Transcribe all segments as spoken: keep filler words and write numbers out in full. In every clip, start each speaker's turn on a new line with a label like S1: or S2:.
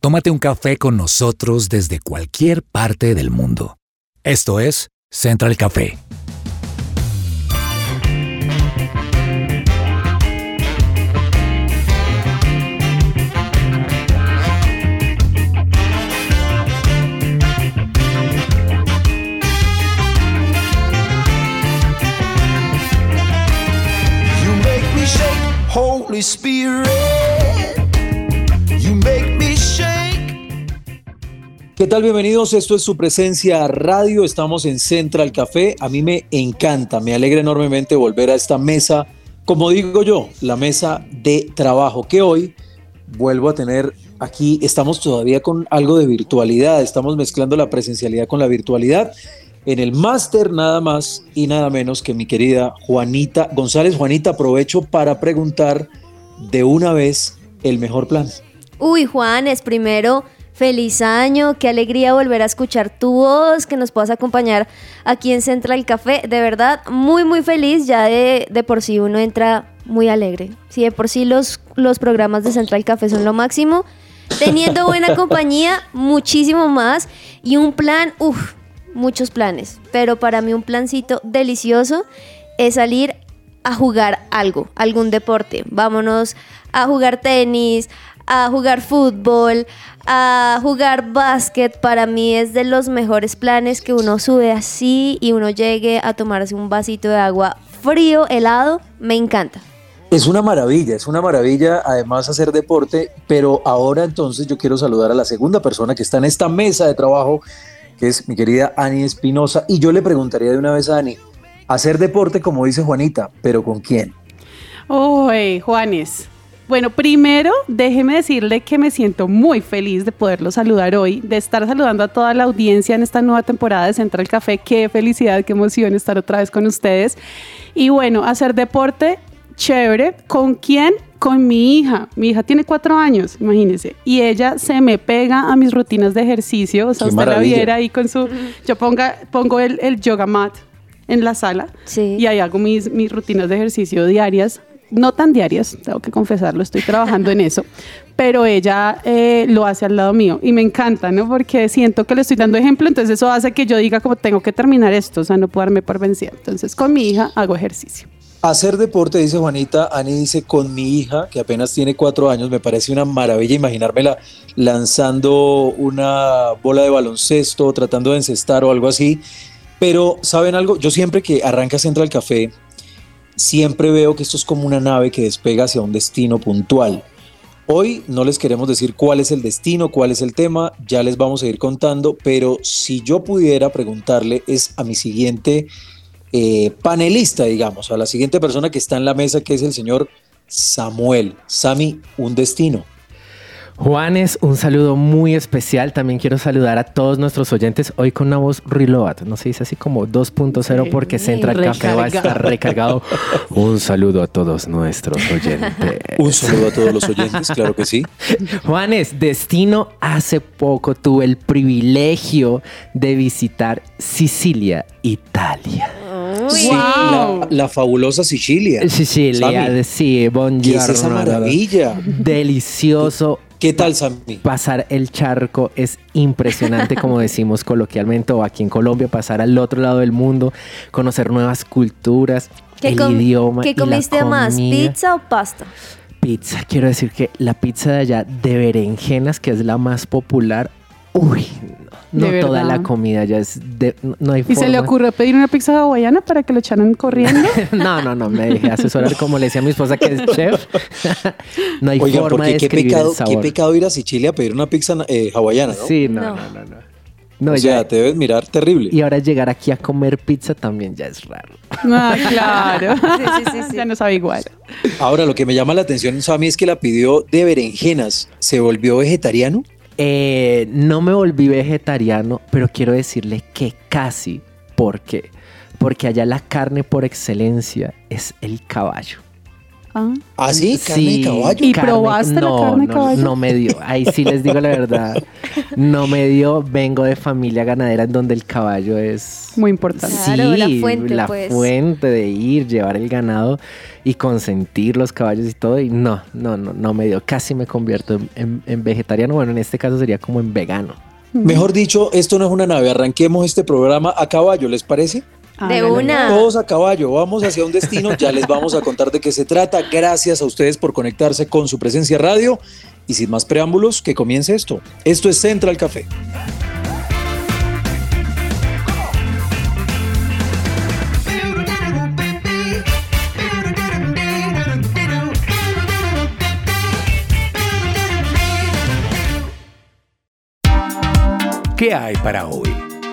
S1: tómate un café con nosotros desde cualquier parte del mundo. Esto es Central Café.
S2: Holy Spirit, you make me shake.
S3: ¿Qué tal? Bienvenidos, esto es Su Presencia Radio, estamos en Central Café. A mí me encanta, me alegra enormemente volver a esta mesa, como digo yo, la mesa de trabajo, que hoy vuelvo a tener aquí. Estamos todavía con algo de virtualidad, estamos mezclando la presencialidad con la virtualidad. En el máster nada más y nada menos que mi querida Juanita González. Juanita, aprovecho para preguntar de una vez el mejor plan.
S4: Uy, Juanes, primero, feliz año, qué alegría volver a escuchar tu voz, que nos puedas acompañar aquí en Central Café. De verdad, muy, muy feliz, ya de, de por sí uno entra muy alegre. Si de por sí los, los programas de Central Café son lo máximo, teniendo buena compañía, muchísimo más. Y un plan, uff. Muchos planes, pero para mí un plancito delicioso es salir a jugar algo, algún deporte. Vámonos a jugar tenis, a jugar fútbol, a jugar básquet. Para mí es de los mejores planes que uno sube así y uno llegue a tomarse un vasito de agua frío, helado. Me encanta.
S3: Es una maravilla, es una maravilla además hacer deporte, pero ahora entonces yo quiero saludar a la segunda persona que está en esta mesa de trabajo, que es mi querida Ani Espinosa, y yo le preguntaría de una vez a Ani, hacer deporte como dice Juanita, pero ¿con quién?
S5: Uy, Juanes. Bueno, primero déjeme decirle que me siento muy feliz de poderlo saludar hoy, de estar saludando a toda la audiencia en esta nueva temporada de Central Café. Qué felicidad, qué emoción estar otra vez con ustedes. Y bueno, hacer deporte, chévere. ¿Con quién? Con mi hija. Mi hija tiene cuatro años, imagínense. Y ella se me pega a mis rutinas de ejercicio. O sea,
S3: Qué
S5: usted
S3: maravilla.
S5: la viera ahí con su... Yo ponga, pongo el, el yoga mat en la sala.
S4: Sí.
S5: Y ahí hago mis, mis rutinas de ejercicio diarias. No tan diarias, tengo que confesarlo, estoy trabajando en eso. Pero ella eh, lo hace al lado mío. Y me encanta, ¿no? Porque siento que le estoy dando ejemplo. Entonces eso hace que yo diga como tengo que terminar esto. O sea, no puedo darme por vencida. Entonces con mi hija hago ejercicio.
S3: Hacer deporte, dice Juanita. Ani dice con mi hija, que apenas tiene cuatro años. Me parece una maravilla imaginármela lanzando una bola de baloncesto, tratando de encestar o algo así. Pero, ¿saben algo? Yo siempre que arranca Central Café, siempre veo que esto es como una nave que despega hacia un destino puntual. Hoy no les queremos decir cuál es el destino, cuál es el tema, ya les vamos a ir contando, pero si yo pudiera preguntarle es a mi siguiente eh, panelista, digamos, a la siguiente persona que está en la mesa, que es el señor Samuel. Sami, un destino.
S6: Juanes, un saludo muy especial. También quiero saludar a todos nuestros oyentes hoy con una voz reload. No se dice así como dos punto cero sí, porque Central Café va a estar recargado. Un saludo a todos nuestros oyentes.
S3: Un saludo a todos los oyentes, claro que sí.
S6: Juanes, destino. Hace poco tuve el privilegio de visitar Sicilia, Italia.
S3: Sí,
S5: Wow.
S3: la, la fabulosa Sicilia.
S6: Sicilia,
S3: Sami,
S6: sí, buongiorno.
S3: ¿qué es esa maravilla?
S6: Delicioso.
S3: ¿Qué tal, Sami?
S6: Pasar el charco es impresionante, como decimos coloquialmente, o aquí en Colombia, pasar al otro lado del mundo, conocer nuevas culturas,
S4: ¿Qué
S6: el
S4: com-
S6: idioma
S4: ¿Qué
S6: y la
S4: comiste más,
S6: comida.
S4: pizza o pasta?
S6: Pizza, quiero decir que la pizza de allá de berenjenas, que es la más popular, uy, no,
S5: ¿De
S6: no toda
S5: verdad?
S6: la comida ya es de, no, no hay
S5: ¿Y
S6: forma.
S5: se le ocurrió pedir una pizza hawaiana para que lo echaran corriendo?
S6: No, no, no, me dejé asesorar como le decía a mi esposa que es chef. No hay
S3: Oigan,
S6: forma de
S3: porque qué
S6: describir
S3: pecado,
S6: el sabor.
S3: qué pecado ir a Sicilia a pedir una pizza eh, hawaiana, ¿no?
S6: Sí, no,
S4: No.
S6: no, no, no. No,
S3: o sea,
S6: ya-
S3: te debes mirar terrible.
S6: Y ahora llegar aquí a comer pizza también ya es raro.
S5: Ah, claro.
S4: Sí, sí, sí, sí.
S5: Ya no sabe igual.
S3: Ahora, lo que me llama la atención, Sami, es que la pidió de berenjenas. ¿Se volvió vegetariano?
S6: Eh, no me volví vegetariano, pero quiero decirle que casi. ¿Por qué? Porque allá la carne por excelencia es el caballo.
S5: Ah,
S3: ¿Ah, sí? ¿Carne
S6: Sí,
S3: de caballo?
S5: ¿Y
S6: carne-
S5: probaste la
S6: no,
S5: carne de
S6: no,
S5: caballo?
S6: No me dio. Ahí sí les digo la verdad. No me dio. Vengo de familia ganadera en donde el caballo es
S5: muy importante.
S4: Claro, la fuente,
S6: la
S4: pues.
S6: fuente de ir, llevar el ganado y consentir los caballos y todo. Y no, no, no, no me dio. Casi me convierto en, en- en vegetariano. Bueno, en este caso sería como en vegano.
S3: Mejor dicho, esto no es una nave. Arranquemos este programa a caballo, ¿les parece?
S4: De
S5: Hágale.
S4: una.
S3: Todos a caballo, vamos hacia un destino, ya les vamos a contar de qué se trata. Gracias a ustedes por conectarse con su presencia radio y sin más preámbulos, que comience esto. Esto es Central Café.
S1: ¿Qué hay para hoy?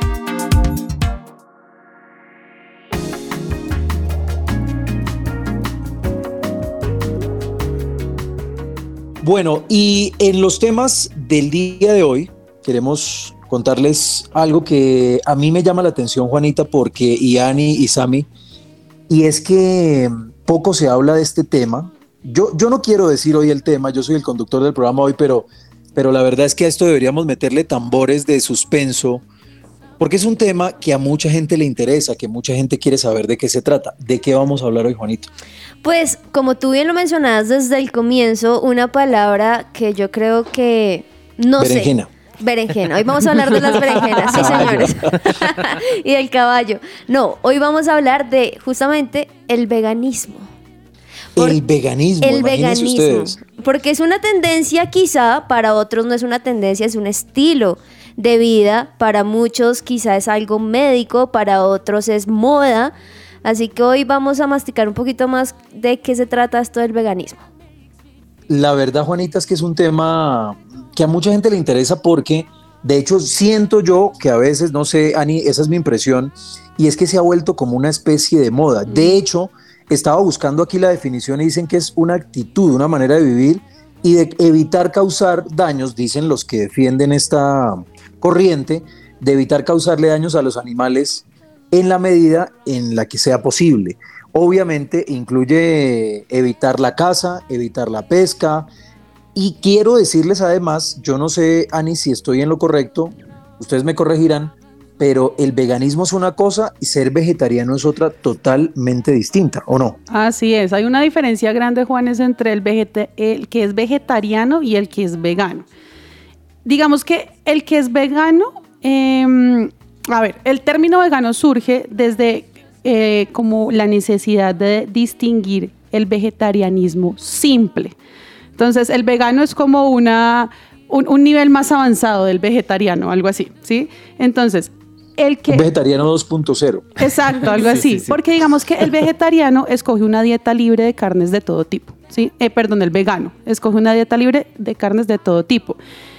S3: Bueno, y en los temas del día de hoy queremos contarles algo que a mí me llama la atención, Juanita, porque y Ani y Sami, y es que poco se habla de este tema. Yo, yo no quiero decir hoy el tema, yo soy el conductor del programa hoy, pero, pero la verdad es que a esto deberíamos meterle tambores de suspenso, porque es un tema que a mucha gente le interesa, que mucha gente quiere saber de qué se trata. ¿De qué vamos a hablar hoy, Juanito?
S4: Pues, como tú bien lo mencionabas desde el comienzo, una palabra que yo creo que no
S3: Berenjena.
S4: sé. Berenjena. Hoy vamos a hablar de las berenjenas, sí,
S3: Caballo.
S4: señores. Y del caballo. No, hoy vamos a hablar de justamente el veganismo. Por-
S3: El veganismo,
S4: El
S3: imagínense
S4: veganismo.
S3: ustedes.
S4: Porque es una tendencia, quizá, para otros no es una tendencia, es un estilo de vida. Para muchos quizá es algo médico, para otros es moda. Así que hoy vamos a masticar un poquito más de qué se trata esto del veganismo.
S3: La verdad, Juanita, es que es un tema que a mucha gente le interesa porque, de hecho, siento yo que a veces, no sé, Ani, esa es mi impresión, y es que se ha vuelto como una especie de moda. De hecho, estaba buscando aquí la definición y dicen que es una actitud, una manera de vivir y de evitar causar daños, dicen los que defienden esta corriente, de evitar causarle daños a los animales en la medida en la que sea posible. Obviamente incluye evitar la caza, evitar la pesca, y quiero decirles además, yo no sé, Ani, si estoy en lo correcto, ustedes me corregirán, pero el veganismo es una cosa y ser vegetariano es otra totalmente distinta, ¿o no?
S5: Así es, hay una diferencia grande, Juanes, entre el, vegeta- el que es vegetariano y el que es vegano. Digamos que el que es vegano, eh, a ver, el término vegano surge desde eh, como la necesidad de distinguir el vegetarianismo simple. Entonces, el vegano es como una, un, un nivel más avanzado del vegetariano, algo así, ¿sí? Entonces, el que...
S3: Un vegetariano dos punto cero.
S5: Exacto, algo
S6: Sí,
S5: así.
S6: sí, sí.
S5: Porque digamos que el vegetariano escoge una dieta libre de carnes de todo tipo, ¿sí? Eh, perdón, el vegano escoge una dieta libre de carnes de todo tipo.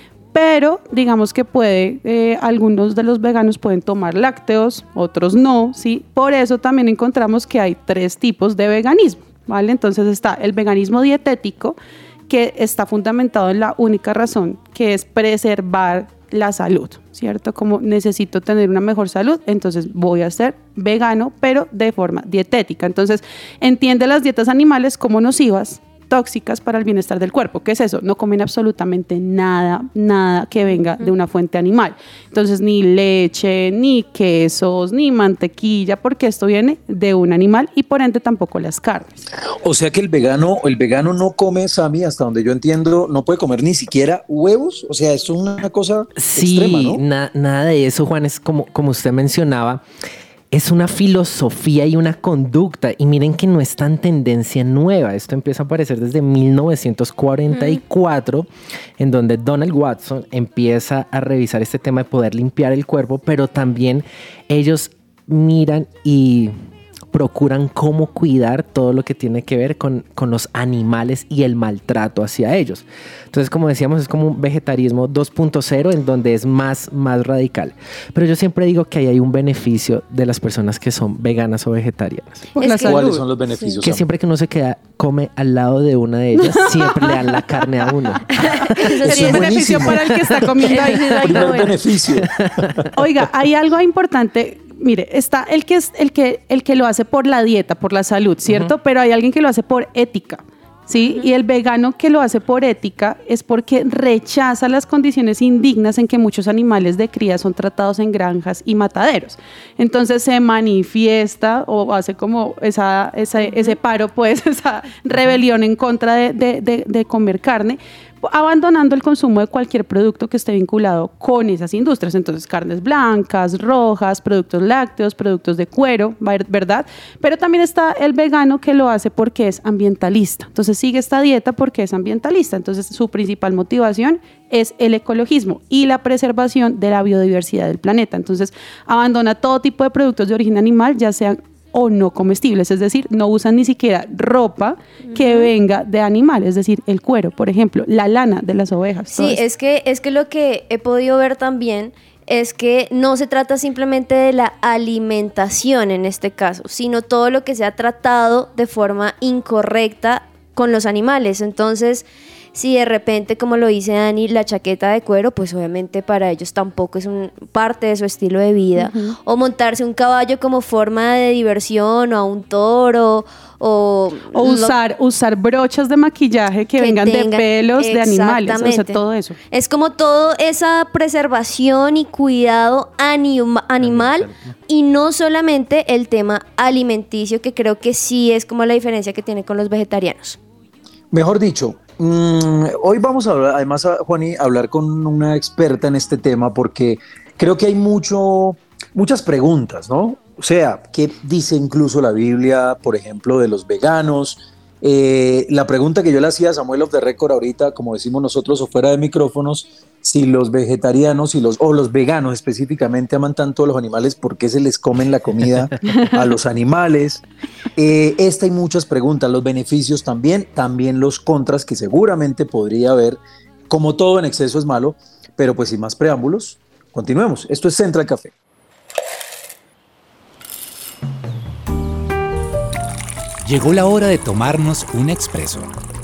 S5: Pero digamos que puede, eh, algunos de los veganos pueden tomar lácteos, otros no, ¿sí? Por eso también encontramos que hay tres tipos de veganismo, ¿vale? Entonces está el veganismo dietético, que está fundamentado en la única razón, que es preservar la salud, ¿cierto? Como necesito tener una mejor salud, entonces voy a ser vegano, pero de forma dietética. Entonces, entiende las dietas animales como nocivas, tóxicas para el bienestar del cuerpo. ¿Qué es eso? No comen absolutamente nada, nada que venga de una fuente animal. Entonces, ni leche, ni quesos, ni mantequilla, porque esto viene de un animal y por ende tampoco las carnes.
S3: O sea que el vegano, el vegano no come, Sami, hasta donde yo entiendo, no puede comer ni siquiera huevos. O sea, esto es una cosa
S6: Sí,
S3: extrema, ¿no?
S6: na- nada de eso, Juan, es como, como usted mencionaba, es una filosofía y una conducta. Y miren que no es tan tendencia nueva. Esto empieza a aparecer desde mil novecientos cuarenta y cuatro, en donde Donald Watson empieza a revisar este tema de poder limpiar el cuerpo, pero también ellos miran y procuran cómo cuidar todo lo que tiene que ver con, con los animales y el maltrato hacia ellos. Entonces, como decíamos, es como un vegetarismo dos punto cero en donde es más, más radical. Pero yo siempre digo que ahí hay un beneficio de las personas que son veganas o vegetarianas.
S5: Por
S4: Es
S5: la
S4: que-
S5: salud.
S3: ¿Cuáles son los beneficios?
S6: Que
S3: Sam?
S6: siempre que uno se queda, come al lado de una de ellas, siempre le dan la carne a uno.
S4: Eso
S3: Eso
S4: sí
S3: es
S4: es
S5: beneficio
S3: buenísimo.
S5: para el que está comiendo ahí.
S4: Eso es algo
S3: Primer
S4: bueno.
S3: beneficio.
S5: Oiga, hay algo importante mire, está el que, es, el, que, el que lo hace por la dieta, por la salud, ¿cierto? Uh-huh. Pero hay alguien que lo hace por ética. ¿Sí? Uh-huh. Y el vegano que lo hace por ética es porque rechaza las condiciones indignas en que muchos animales de cría son tratados en granjas y mataderos. Entonces se manifiesta o hace como esa, esa, uh-huh. ese paro, pues, esa rebelión en contra de, de, de, de comer carne, abandonando el consumo de cualquier producto que esté vinculado con esas industrias. Entonces, carnes blancas, rojas, productos lácteos, productos de cuero, ¿verdad? Pero también está el vegano que lo hace porque es ambientalista. Entonces, sigue esta dieta porque es ambientalista. Entonces, su principal motivación es el ecologismo y la preservación de la biodiversidad del planeta. Entonces, abandona todo tipo de productos de origen animal, ya sean o no comestibles, es decir, no usan ni siquiera ropa que uh-huh. venga de animales, es decir, el cuero, por ejemplo, la lana de las ovejas.
S4: Sí, es que, es que lo que he podido ver también es que no se trata simplemente de la alimentación en este caso, sino todo lo que se ha tratado de forma incorrecta con los animales. Entonces, si de repente, como lo dice Dani, la chaqueta de cuero, pues obviamente para ellos tampoco es un, parte de su estilo de vida. Uh-huh. O montarse un caballo como forma de diversión, o a un toro, o...
S5: O usar, lo, usar brochas de maquillaje que, que vengan tengan, de pelos de animales, o sea, todo eso.
S4: Es como toda esa preservación y cuidado anima, animal, y no solamente el tema alimenticio, que creo que sí es como la diferencia que tiene con los vegetarianos.
S3: Mejor dicho, mmm, hoy vamos a hablar, además, a Juani, a hablar con una experta en este tema, porque creo que hay mucho, muchas preguntas, ¿no? O sea, ¿qué dice incluso la Biblia, por ejemplo, de los veganos? Eh, la pregunta que yo le hacía a Samuel of the Record ahorita, como decimos nosotros, o fuera de micrófonos, si los vegetarianos y los, o los veganos específicamente aman tanto a los animales, ¿por qué se les comen la comida a los animales? Eh, esta y muchas preguntas, los beneficios también, también los contras que seguramente podría haber, como todo en exceso es malo, pero pues sin más preámbulos, continuemos. Esto es Central Café.
S1: Llegó la hora de tomarnos un expreso.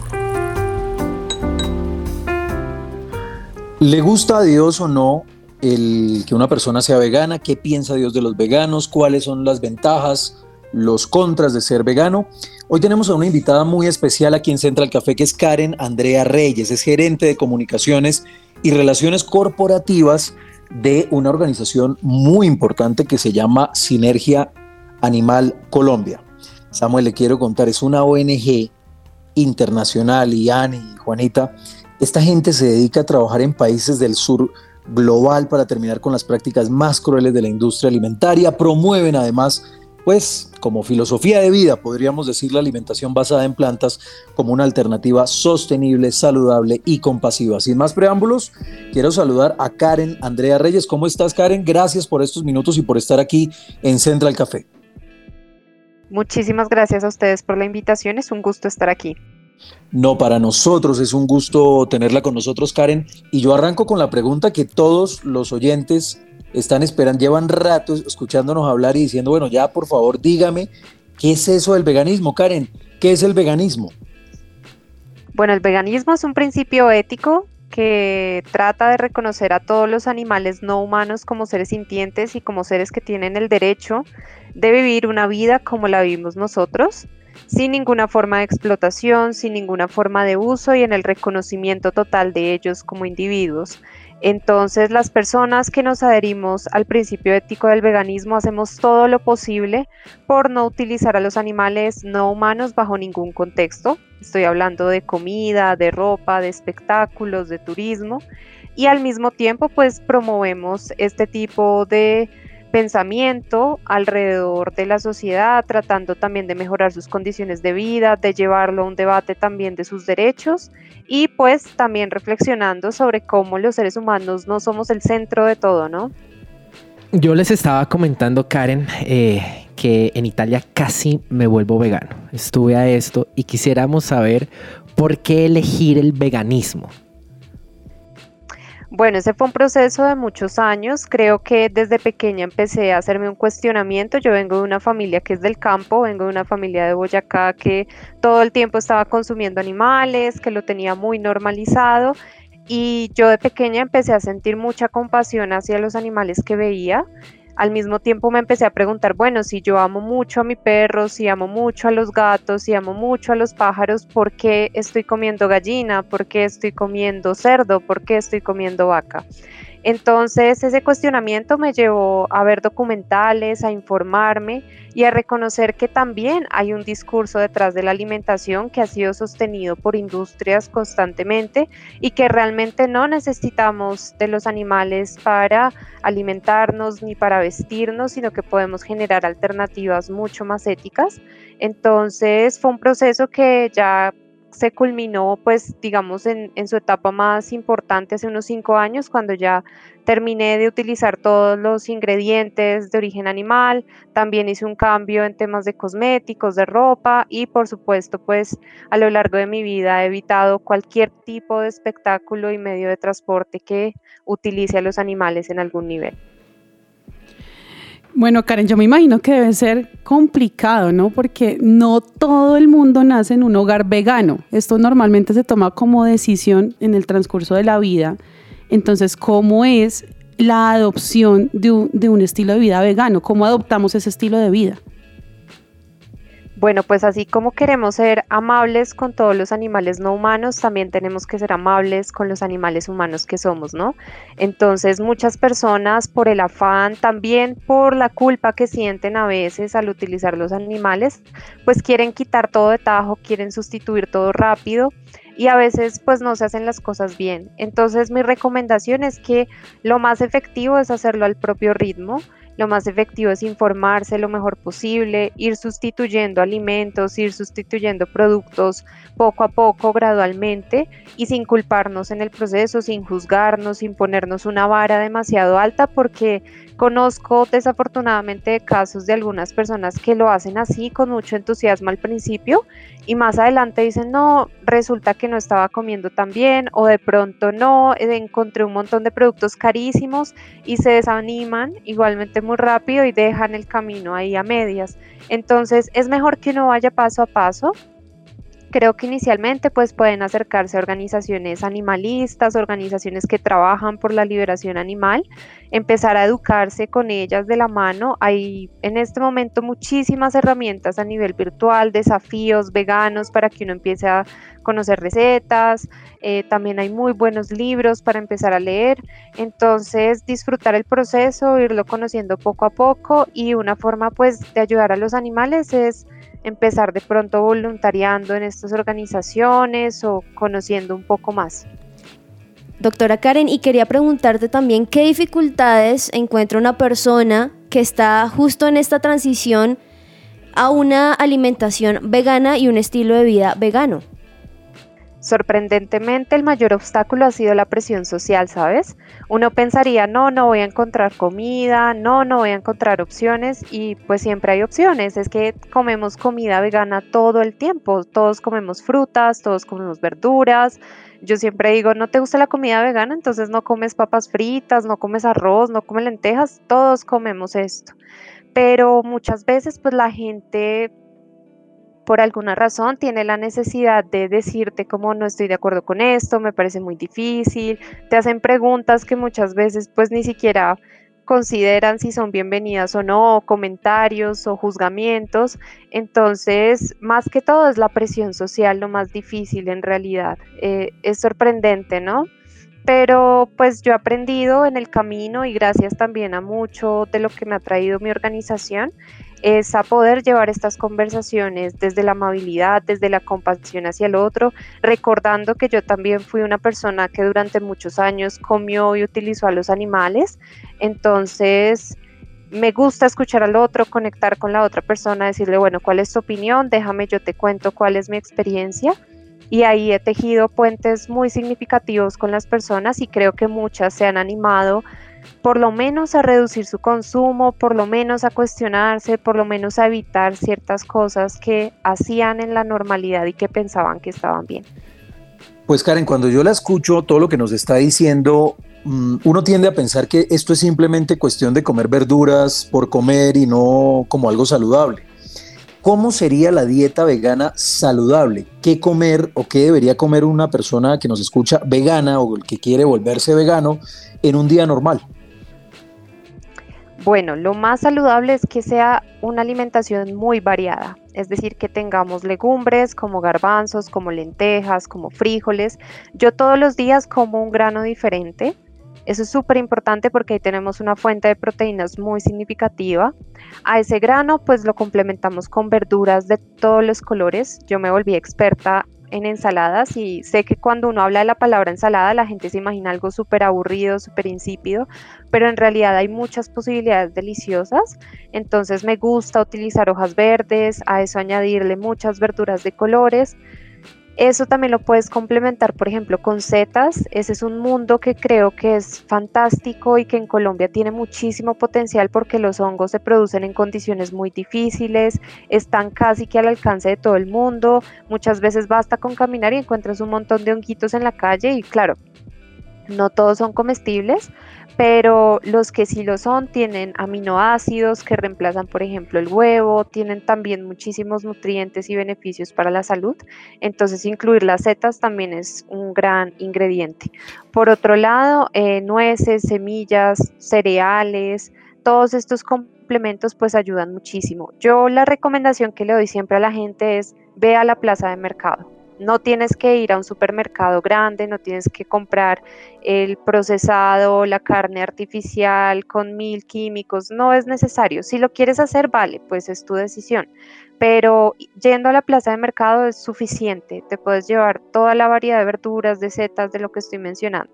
S3: ¿Le gusta a Dios o no el que una persona sea vegana? ¿Qué piensa Dios de los veganos? ¿Cuáles son las ventajas, los contras de ser vegano? Hoy tenemos a una invitada muy especial aquí en Central Café, que es Karen Andrea Reyes. Es gerente de comunicaciones y relaciones corporativas de una organización muy importante que se llama Sinergia Animal Colombia. Samuel, le quiero contar, es una O N G internacional, y Ani y Juanita, esta gente se dedica a trabajar en países del sur global para terminar con las prácticas más crueles de la industria alimentaria. Promueven además, pues, como filosofía de vida, podríamos decir, la alimentación basada en plantas como una alternativa sostenible, saludable y compasiva. Sin más preámbulos, quiero saludar a Karen Andrea Reyes. ¿Cómo estás, Karen? Gracias por estos minutos y por estar aquí en Central Café.
S7: Muchísimas gracias a ustedes por la invitación, es un gusto estar aquí.
S3: No, para nosotros es un gusto tenerla con nosotros, Karen, y yo arranco con la pregunta que todos los oyentes están esperando, llevan rato escuchándonos hablar y diciendo, bueno, ya por favor dígame, ¿qué es eso del veganismo, Karen? ¿Qué es el veganismo?
S7: Bueno, el veganismo es un principio ético que trata de reconocer a todos los animales no humanos como seres sintientes y como seres que tienen el derecho de vivir una vida como la vivimos nosotros, sin ninguna forma de explotación, sin ninguna forma de uso y en el reconocimiento total de ellos como individuos. Entonces, las personas que nos adherimos al principio ético del veganismo hacemos todo lo posible por no utilizar a los animales no humanos bajo ningún contexto. Estoy hablando de comida, de ropa, de espectáculos, de turismo, y al mismo tiempo pues promovemos este tipo de pensamiento alrededor de la sociedad, tratando también de mejorar sus condiciones de vida, de llevarlo a un debate también de sus derechos y pues también reflexionando sobre cómo los seres humanos no somos el centro de todo, ¿no?
S6: Yo les estaba comentando, Karen, eh, que en Italia casi me vuelvo vegano. Estuve a esto y quisiéramos saber por qué elegir el veganismo.
S7: Bueno, ese fue un proceso de muchos años. Creo que desde pequeña empecé a hacerme un cuestionamiento. Yo vengo de una familia que es del campo, vengo de una familia de Boyacá que todo el tiempo estaba consumiendo animales, que lo tenía muy normalizado. Y yo de pequeña empecé a sentir mucha compasión hacia los animales que veía. al mismo tiempo me empecé a preguntar, bueno, si yo amo mucho a mi perro, si amo mucho a los gatos, si amo mucho a los pájaros, ¿por qué estoy comiendo gallina? ¿Por qué estoy comiendo cerdo? ¿Por qué estoy comiendo vaca? Entonces ese cuestionamiento me llevó a ver documentales, a informarme y a reconocer que también hay un discurso detrás de la alimentación que ha sido sostenido por industrias constantemente y que realmente no necesitamos de los animales para alimentarnos ni para vestirnos, sino que podemos generar alternativas mucho más éticas. Entonces fue un proceso que ya se culminó, pues digamos, en, en su etapa más importante hace unos cinco años, cuando ya terminé de utilizar todos los ingredientes de origen animal. También hice un cambio en temas de cosméticos, de ropa y por supuesto, pues a lo largo de mi vida he evitado cualquier tipo de espectáculo y medio de transporte que utilice a los animales en algún nivel.
S5: Bueno, Karen, yo me imagino que debe ser complicado, ¿no? Porque no todo el mundo nace en un hogar vegano. Esto normalmente se toma como decisión en el transcurso de la vida. Entonces, ¿cómo es la adopción de un, de un estilo de vida vegano? ¿Cómo adoptamos ese estilo de vida?
S7: Bueno, pues así como queremos ser amables con todos los animales no humanos, también tenemos que ser amables con los animales humanos que somos, ¿no? Entonces, muchas personas por el afán, también por la culpa que sienten a veces al utilizar los animales, pues quieren quitar todo de tajo, quieren sustituir todo rápido y a veces pues no se hacen las cosas bien. Entonces, mi recomendación es que lo más efectivo es hacerlo al propio ritmo. Lo más efectivo es informarse lo mejor posible, ir sustituyendo alimentos, ir sustituyendo productos poco a poco, gradualmente y sin culparnos en el proceso, sin juzgarnos, sin ponernos una vara demasiado alta, porque conozco desafortunadamente casos de algunas personas que lo hacen así con mucho entusiasmo al principio y más adelante dicen, no, resulta que no estaba comiendo tan bien o de pronto no, encontré un montón de productos carísimos y se desaniman igualmente muy rápido y dejan el camino ahí a medias. Entonces es mejor que uno vaya paso a paso. Creo que inicialmente pues pueden acercarse a organizaciones animalistas, organizaciones que trabajan por la liberación animal, empezar a educarse con ellas de la mano. Hay en este momento muchísimas herramientas a nivel virtual, desafíos veganos para que uno empiece a conocer recetas, eh, también hay muy buenos libros para empezar a leer. Entonces disfrutar el proceso, irlo conociendo poco a poco, y una forma pues de ayudar a los animales es empezar de pronto voluntariando en estas organizaciones o conociendo un poco más.
S4: Doctora Karen, y quería preguntarte también qué dificultades encuentra una persona que está justo en esta transición a una alimentación vegana y un estilo de vida vegano.
S7: Sorprendentemente, el mayor obstáculo ha sido la presión social, ¿sabes? Uno pensaría, no, no voy a encontrar comida, no, no voy a encontrar opciones, y pues siempre hay opciones. Es que comemos comida vegana todo el tiempo, todos comemos frutas, todos comemos verduras. Yo siempre digo, ¿no te gusta la comida vegana? Entonces no comes papas fritas, no comes arroz, no comes lentejas, todos comemos esto. Pero muchas veces pues la gente, por alguna razón, tiene la necesidad de decirte como no estoy de acuerdo con esto, me parece muy difícil, te hacen preguntas que muchas veces pues ni siquiera consideran si son bienvenidas o no, o comentarios o juzgamientos. Entonces, más que todo es la presión social lo más difícil en realidad. Eh, es sorprendente, ¿no? Pero pues yo he aprendido en el camino, y gracias también a mucho de lo que me ha traído mi organización, es a poder llevar estas conversaciones desde la amabilidad, desde la compasión hacia el otro, recordando que yo también fui una persona que durante muchos años comió y utilizó a los animales. Entonces me gusta escuchar al otro, conectar con la otra persona, decirle, bueno, ¿cuál es tu opinión? Déjame, yo te cuento cuál es mi experiencia. Y ahí he tejido puentes muy significativos con las personas, y creo que muchas se han animado por lo menos a reducir su consumo, por lo menos a cuestionarse, por lo menos a evitar ciertas cosas que hacían en la normalidad y que pensaban que estaban bien.
S3: Pues Karen, cuando yo la escucho, todo lo que nos está diciendo, uno tiende a pensar que esto es simplemente cuestión de comer verduras por comer y no como algo saludable. ¿Cómo sería la dieta vegana saludable? ¿Qué comer o qué debería comer una persona que nos escucha vegana o el que quiere volverse vegano en un día normal?
S7: Bueno, lo más saludable es que sea una alimentación muy variada, es decir, que tengamos legumbres como garbanzos, como lentejas, como frijoles. Yo todos los días como un grano diferente. Eso es súper importante porque ahí tenemos una fuente de proteínas muy significativa. A ese grano pues lo complementamos con verduras de todos los colores. Yo me volví experta en ensaladas y sé que cuando uno habla de la palabra ensalada la gente se imagina algo súper aburrido, súper insípido, pero en realidad hay muchas posibilidades deliciosas. Entonces me gusta utilizar hojas verdes, a eso añadirle muchas verduras de colores. Eso también lo puedes complementar, por ejemplo, con setas. Ese es un mundo que creo que es fantástico y que en Colombia tiene muchísimo potencial porque los hongos se producen en condiciones muy difíciles, están casi que al alcance de todo el mundo. Muchas veces basta con caminar y encuentras un montón de honguitos en la calle y claro, no todos son comestibles, pero los que sí lo son tienen aminoácidos que reemplazan, por ejemplo, el huevo, tienen también muchísimos nutrientes y beneficios para la salud, entonces incluir las setas también es un gran ingrediente. Por otro lado, eh, nueces, semillas, cereales, todos estos complementos pues ayudan muchísimo. Yo la recomendación que le doy siempre a la gente es ve a la plaza de mercado. No tienes que ir a un supermercado grande, no tienes que comprar el procesado, la carne artificial con mil químicos, no es necesario. Si lo quieres hacer, vale, pues es tu decisión. Pero yendo a la plaza de mercado es suficiente, te puedes llevar toda la variedad de verduras, de setas, de lo que estoy mencionando.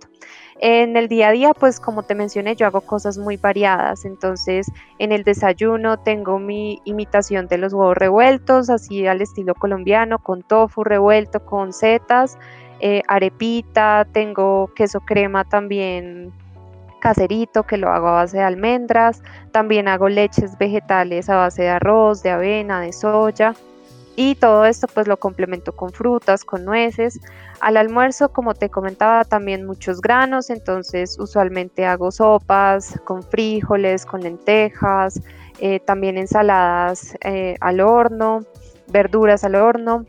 S7: En el día a día, pues como te mencioné, yo hago cosas muy variadas, entonces en el desayuno tengo mi imitación de los huevos revueltos, así al estilo colombiano, con tofu revuelto, con setas, eh, arepita, tengo queso crema también caserito que lo hago a base de almendras, también hago leches vegetales a base de arroz, de avena, de soya y todo esto pues lo complemento con frutas, con nueces. Al almuerzo, como te comentaba, también muchos granos, entonces usualmente hago sopas con frijoles, con lentejas, eh, también ensaladas eh, al horno, verduras al horno.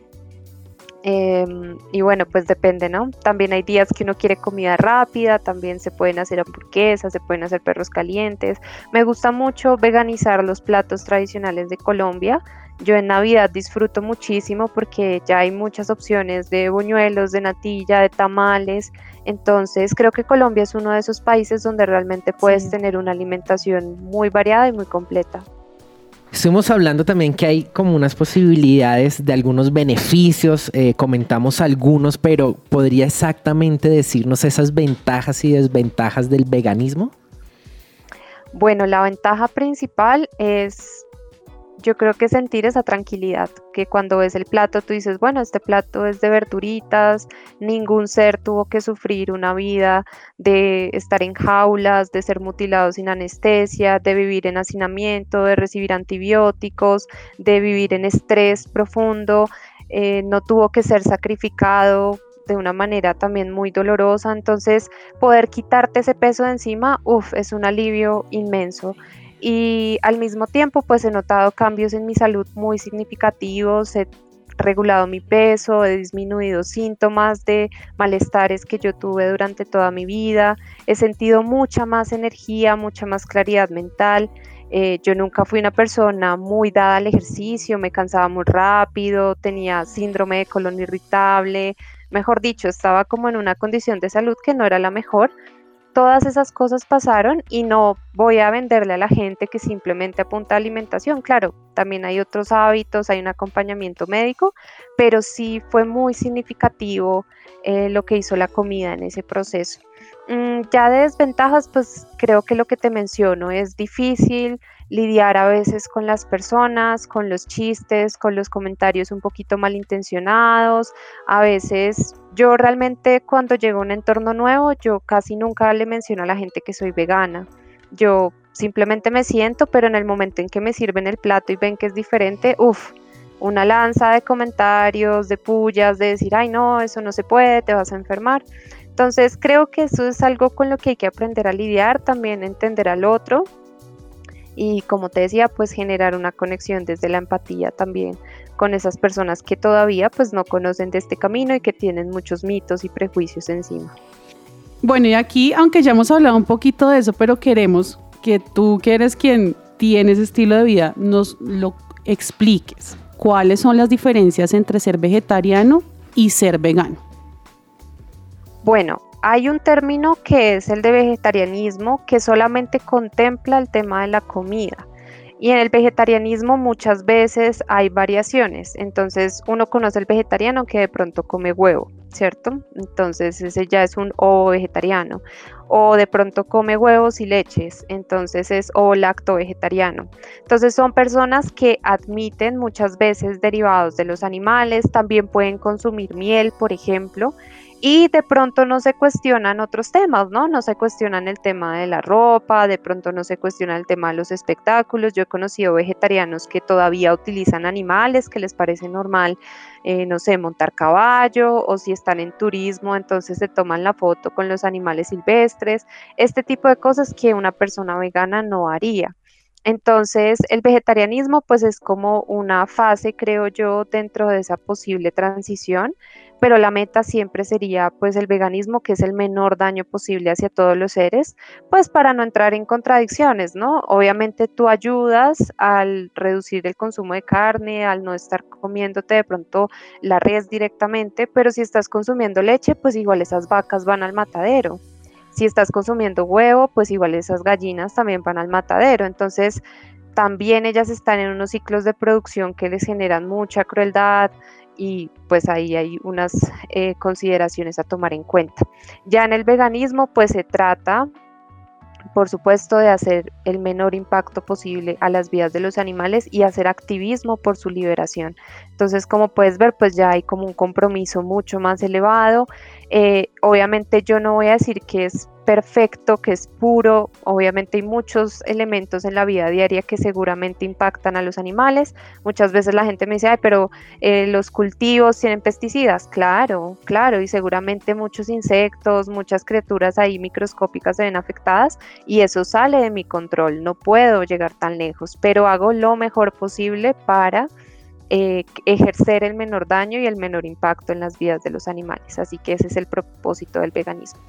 S7: Eh, y bueno, pues depende, ¿no? También hay días que uno quiere comida rápida, también se pueden hacer hamburguesas, se pueden hacer perros calientes. Me gusta mucho veganizar los platos tradicionales de Colombia. Yo en Navidad disfruto muchísimo porque ya hay muchas opciones de buñuelos, de natilla, de tamales. Entonces creo que Colombia es uno de esos países donde realmente puedes sí. tener una alimentación muy variada y muy completa.
S6: Estuvimos hablando también que hay como unas posibilidades de algunos beneficios, eh, comentamos algunos, pero ¿podría exactamente decirnos esas ventajas y desventajas del veganismo?
S7: Bueno, la ventaja principal es, yo creo que sentir esa tranquilidad, que cuando ves el plato tú dices, bueno, este plato es de verduritas, ningún ser tuvo que sufrir una vida de estar en jaulas, de ser mutilado sin anestesia, de vivir en hacinamiento, de recibir antibióticos, de vivir en estrés profundo, eh, no tuvo que ser sacrificado de una manera también muy dolorosa, entonces poder quitarte ese peso de encima, uff, es un alivio inmenso. Y al mismo tiempo pues he notado cambios en mi salud muy significativos, he regulado mi peso, he disminuido síntomas de malestares que yo tuve durante toda mi vida, he sentido mucha más energía, mucha más claridad mental. Eh, yo nunca fui una persona muy dada al ejercicio, me cansaba muy rápido, tenía síndrome de colon irritable, mejor dicho, estaba como en una condición de salud que no era la mejor. Todas esas cosas pasaron y no voy a venderle a la gente que simplemente apunta a alimentación. Claro, también hay otros hábitos, hay un acompañamiento médico, pero sí fue muy significativo eh, lo que hizo la comida en ese proceso. Mm, ya de desventajas, pues creo que lo que te menciono es difícil lidiar a veces con las personas, con los chistes, con los comentarios un poquito malintencionados. A veces yo realmente cuando llego a un entorno nuevo, yo casi nunca le menciono a la gente que soy vegana. Yo simplemente me siento, pero en el momento en que me sirven el plato y ven que es diferente, uff, una lanza de comentarios, de pullas, de decir, ay no, eso no se puede, te vas a enfermar. Entonces creo que eso es algo con lo que hay que aprender a lidiar, también entender al otro. Y como te decía, pues generar una conexión desde la empatía también con esas personas que todavía pues no conocen de este camino y que tienen muchos mitos y prejuicios encima.
S5: Bueno, y aquí, aunque ya hemos hablado un poquito de eso, pero queremos que tú que eres quien tiene ese estilo de vida, nos lo expliques. ¿Cuáles son las diferencias entre ser vegetariano y ser vegano?
S7: Bueno, hay un término que es el de vegetarianismo que solamente contempla el tema de la comida. Y en el vegetarianismo muchas veces hay variaciones. Entonces uno conoce el vegetariano que de pronto come huevo, ¿cierto? Entonces ese ya es un ovo vegetariano. O de pronto come huevos y leches, entonces es ovo lacto vegetariano. Entonces son personas que admiten muchas veces derivados de los animales, también pueden consumir miel, por ejemplo, y de pronto no se cuestionan otros temas, ¿no? No se cuestionan el tema de la ropa, de pronto no se cuestiona el tema de los espectáculos. Yo he conocido vegetarianos que todavía utilizan animales, que les parece normal, eh, no sé, montar caballo, o si están en turismo, entonces se toman la foto con los animales silvestres, este tipo de cosas que una persona vegana no haría. Entonces, el vegetarianismo pues es como una fase, creo yo, dentro de esa posible transición, pero la meta siempre sería pues el veganismo, que es el menor daño posible hacia todos los seres, pues para no entrar en contradicciones, ¿no? Obviamente tú ayudas al reducir el consumo de carne, al no estar comiéndote de pronto la res directamente, pero si estás consumiendo leche, pues igual esas vacas van al matadero. Si estás consumiendo huevo, pues igual esas gallinas también van al matadero. Entonces, también ellas están en unos ciclos de producción que les generan mucha crueldad y pues ahí hay unas eh, consideraciones a tomar en cuenta. Ya en el veganismo, pues se trata, por supuesto, de hacer el menor impacto posible a las vidas de los animales y hacer activismo por su liberación. Entonces, como puedes ver, pues ya hay como un compromiso mucho más elevado. Eh, obviamente yo no voy a decir que es perfecto, que es puro. Obviamente hay muchos elementos en la vida diaria que seguramente impactan a los animales. Muchas veces la gente me dice, ay, pero eh, los cultivos tienen pesticidas. Claro, claro, y seguramente muchos insectos, muchas criaturas ahí microscópicas se ven afectadas y eso sale de mi control. No puedo llegar tan lejos, pero hago lo mejor posible para Eh, ejercer el menor daño y el menor impacto en las vidas de los animales. Así que ese es el propósito del veganismo.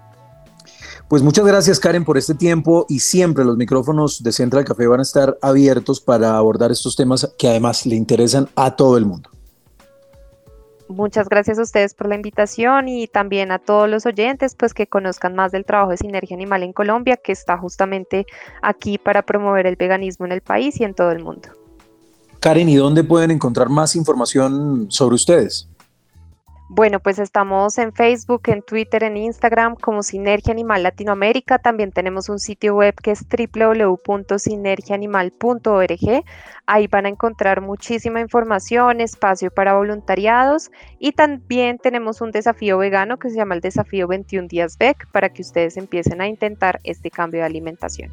S3: Pues muchas gracias, Karen, por este tiempo, y siempre los micrófonos de Central Café van a estar abiertos para abordar estos temas que además le interesan a todo el mundo.
S7: Muchas gracias a ustedes por la invitación y también a todos los oyentes, pues que conozcan más del trabajo de Sinergia Animal en Colombia, que está justamente aquí para promover el veganismo en el país y en todo el mundo.
S3: Karen, ¿y dónde pueden encontrar más información sobre ustedes?
S7: Bueno, pues estamos en Facebook, en Twitter, en Instagram como Sinergia Animal Latinoamérica. También tenemos un sitio web que es doble u doble u doble u punto sinergia animal punto org. Ahí van a encontrar muchísima información, espacio para voluntariados, y también tenemos un desafío vegano que se llama el Desafío veintiún Días V E C para que ustedes empiecen a intentar este cambio de alimentación.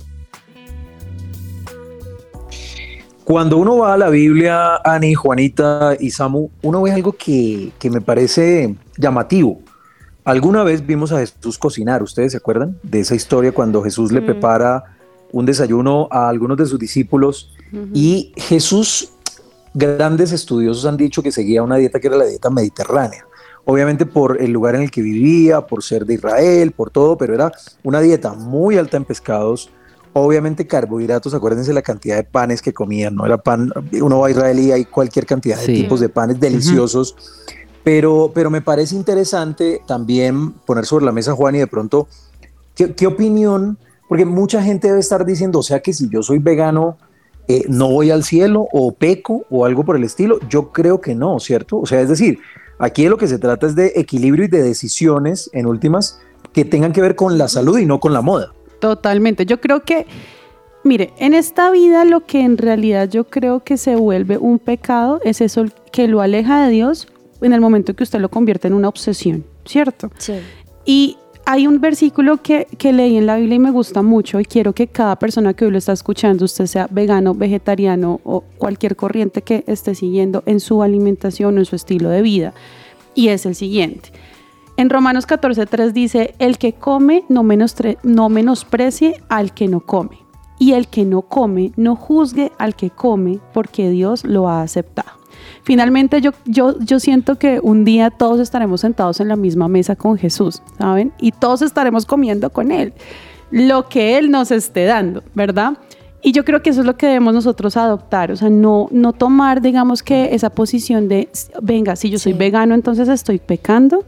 S3: Cuando uno va a la Biblia, Ani, Juanita y Samu, uno ve algo que, que me parece llamativo. Alguna vez vimos a Jesús cocinar, ¿ustedes se acuerdan de esa historia cuando Jesús mm. le prepara un desayuno a algunos de sus discípulos? Uh-huh. Y Jesús, grandes estudiosos han dicho que seguía una dieta que era la dieta mediterránea. Obviamente por el lugar en el que vivía, por ser de Israel, por todo, pero era una dieta muy alta en pescados. Obviamente carbohidratos, acuérdense la cantidad de panes que comían, ¿no? Era pan, uno va a Israel y hay cualquier cantidad de sí. tipos de panes deliciosos, uh-huh. pero, pero me parece interesante también poner sobre la mesa, Juan, y de pronto, ¿qué, qué opinión? Porque mucha gente debe estar diciendo, o sea que si yo soy vegano, eh, no voy al cielo, o peco, o algo por el estilo. Yo creo que no, ¿cierto? O sea, es decir, aquí de lo que se trata es de equilibrio y de decisiones, en últimas, que tengan que ver con la salud y no con la moda.
S5: Totalmente. Yo creo que, mire, en esta vida lo que en realidad yo creo que se vuelve un pecado es eso que lo aleja de Dios en el momento que usted lo convierte en una obsesión, ¿cierto?
S4: Sí.
S5: Y hay un versículo que, que leí en la Biblia y me gusta mucho, y quiero que cada persona que hoy lo está escuchando, usted sea vegano, vegetariano o cualquier corriente que esté siguiendo en su alimentación o en su estilo de vida, y es el siguiente. En Romanos catorce tres dice, el que come no, menostre- no menosprecie al que no come, y el que no come no juzgue al que come, porque Dios lo ha aceptado. Finalmente yo, yo, yo siento que un día todos estaremos sentados en la misma mesa con Jesús, ¿saben? Y todos estaremos comiendo con Él. lo que Él nos esté dando, ¿verdad? Y yo creo que eso es lo que debemos nosotros adoptar, o sea, no, no tomar, digamos que esa posición de, venga, si yo soy
S4: Sí.
S5: vegano, entonces estoy pecando,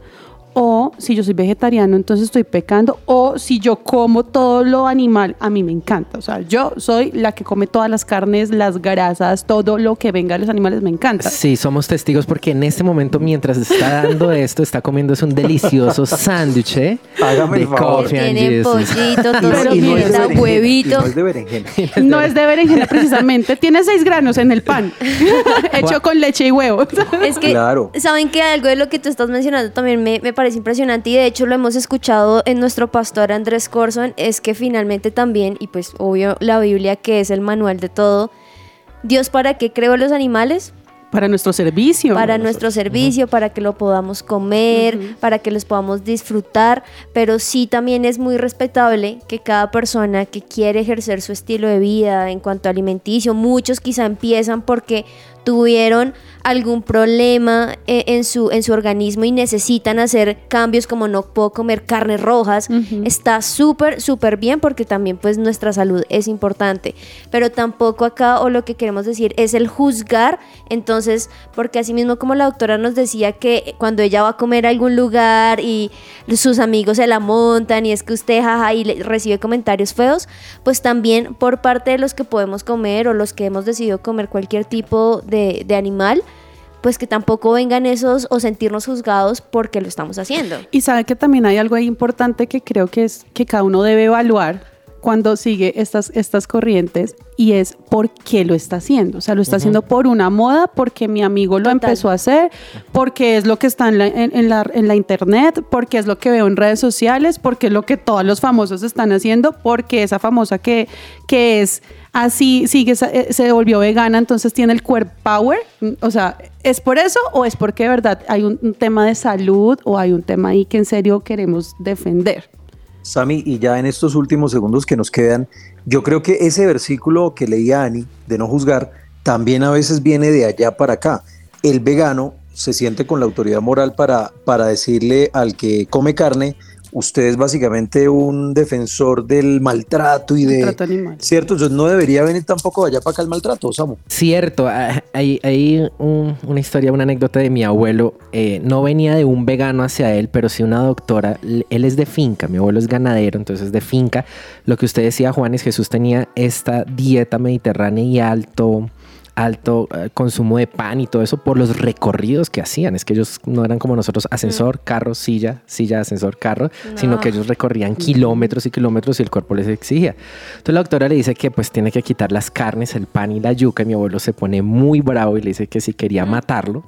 S5: o si yo soy vegetariano, entonces estoy pecando, o si yo como todo lo animal, a mí me encanta, o sea, yo soy la que come todas las carnes, las grasas, todo lo que venga de los animales me encanta.
S6: Sí, somos testigos porque en este momento, mientras está dando esto, está comiendo es un delicioso sándwich ¿eh?
S3: Hágame
S6: de
S3: el favor.
S6: coffee and
S4: Tiene
S6: Jesus.
S4: pollito,
S3: Y no- y no es de
S4: tocineta,
S3: berenjena,
S4: huevito.
S3: y no es de berenjena.
S5: No es de berenjena precisamente, tiene seis granos en el pan, hecho con leche y huevo.
S4: Es que,
S3: Claro.
S4: ¿saben que algo de lo que tú estás mencionando también me, me parece impresionante? Y de hecho lo hemos escuchado en nuestro pastor Andrés Corson, es que finalmente también, y pues obvio la Biblia que es el manual de todo, Dios ¿para qué creó los animales?
S5: Para nuestro servicio.
S4: Para nuestro servicio, para que lo podamos comer,
S5: Ujú.
S4: para que los podamos disfrutar, pero sí también es muy respetable que cada persona que quiere ejercer su estilo de vida en cuanto a alimenticio, muchos quizá empiezan porque tuvieron algún problema eh, en su, en su organismo y necesitan hacer cambios como no puedo comer carnes rojas,
S5: Ujú.
S4: está súper, súper bien porque también pues nuestra salud es importante, pero tampoco acá o lo que queremos decir es el juzgar, entonces, porque así mismo como la doctora nos decía que cuando ella va a comer a algún lugar y sus amigos se la montan y es que usted jaja y le- recibe comentarios feos, pues también por parte de los que podemos comer o los que hemos decidido comer cualquier tipo de, de animal, pues que tampoco vengan esos o sentirnos juzgados porque lo estamos haciendo.
S5: Y sabe que también hay algo ahí importante que creo que es que cada uno debe evaluar cuando sigue estas, estas corrientes y es por qué lo está haciendo. O sea, lo está haciendo por una moda, porque mi amigo lo
S4: Total.
S5: empezó a hacer, porque es lo que está en la, en, en la, en la internet, porque es lo que veo en redes sociales, porque es lo que todos los famosos están haciendo, porque esa famosa que, que es así, sigue, se se volvió vegana, entonces tiene el core power. O sea, ¿es por eso o es porque de verdad hay un, un tema de salud o hay un tema ahí que en serio queremos defender?
S3: Sammy, y ya en estos últimos segundos que nos quedan, yo creo que ese versículo que leía Ani, de no juzgar, también a veces viene de allá para acá. El vegano se siente con la autoridad moral para, para decirle al que come carne, usted es básicamente un defensor del maltrato y de...
S5: Maltrato animal.
S3: ¿Cierto? Entonces no debería venir tampoco de allá para acá el maltrato, Samu.
S6: Cierto, ah, hay, hay un- una historia, una anécdota de mi abuelo. eh, no venía de un vegano hacia él, pero sí una doctora. L- Él es de finca, mi abuelo es ganadero, entonces de finca. Lo que usted decía, Juan, es que Jesús tenía esta dieta mediterránea y alto, alto eh, consumo de pan y todo eso por los recorridos que hacían. Es que ellos no eran como nosotros, ascensor, carro, silla, silla, ascensor, carro, sino
S4: No.
S6: que ellos recorrían kilómetros y kilómetros y el cuerpo les exigía. Entonces la doctora le dice que pues tiene que quitar las carnes, el pan y la yuca, y mi abuelo se pone muy bravo y le dice que si quería matarlo,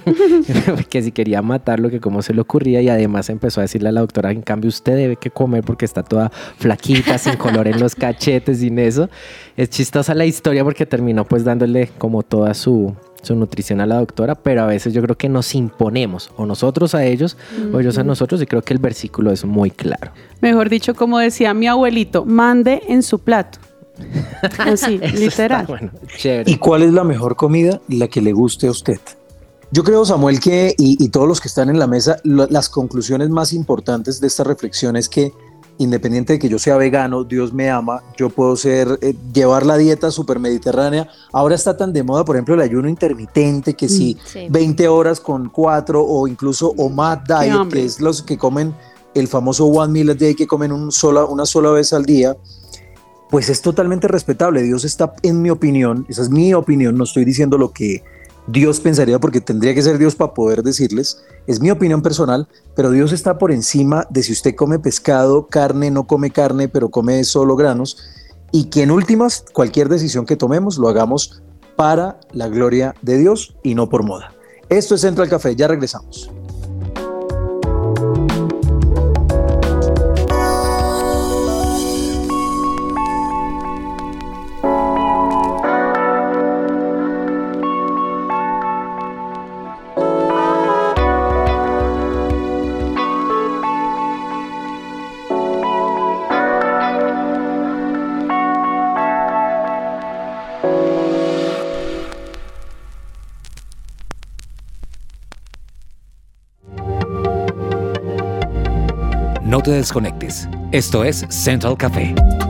S6: que si quería matarlo, que cómo se le ocurría, y además empezó a decirle a la doctora, en cambio usted debe que comer porque está toda flaquita, sin color en los cachetes, sin eso. Es chistosa la historia porque terminó pues dándole como toda su, su nutrición a la doctora, pero a veces yo creo que nos imponemos, o nosotros a ellos, o ellos a nosotros, y creo que el versículo es muy claro.
S5: Mejor dicho, como decía mi abuelito, mande en su plato. Así,
S6: Eso
S5: literal.
S6: está bueno, chévere.
S3: ¿Y cuál es la mejor comida? La que le guste a usted. Yo creo, Samuel, que, y, y todos los que están en la mesa, lo- las conclusiones más importantes de esta reflexión es que independiente de que yo sea vegano, Dios me ama, yo puedo ser, eh, llevar la dieta súper mediterránea. Ahora está tan de moda, por ejemplo, el ayuno intermitente, que si
S4: Sí.
S3: veinte horas con cuatro o incluso O M A D
S5: Qué
S3: diet,
S5: hambre.
S3: que es los que comen el famoso one meal a day, que comen un sola, una sola vez al día, pues es totalmente respetable. Dios está, en mi opinión, esa es mi opinión, no estoy diciendo lo que Dios pensaría, porque tendría que ser Dios para poder decirles, es mi opinión personal, pero Dios está por encima de si usted come pescado, carne, no come carne, pero come solo granos, y que en últimas, cualquier decisión que tomemos lo hagamos para la gloria de Dios y no por moda. Esto es Central Café, ya regresamos.
S1: No te desconectes. Esto es Central Café.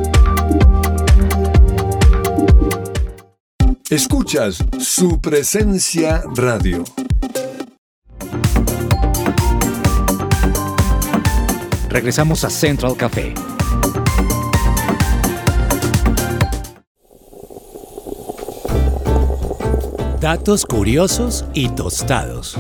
S8: Escuchas su presencia radio.
S1: Regresamos a Central Café. Datos curiosos y tostados.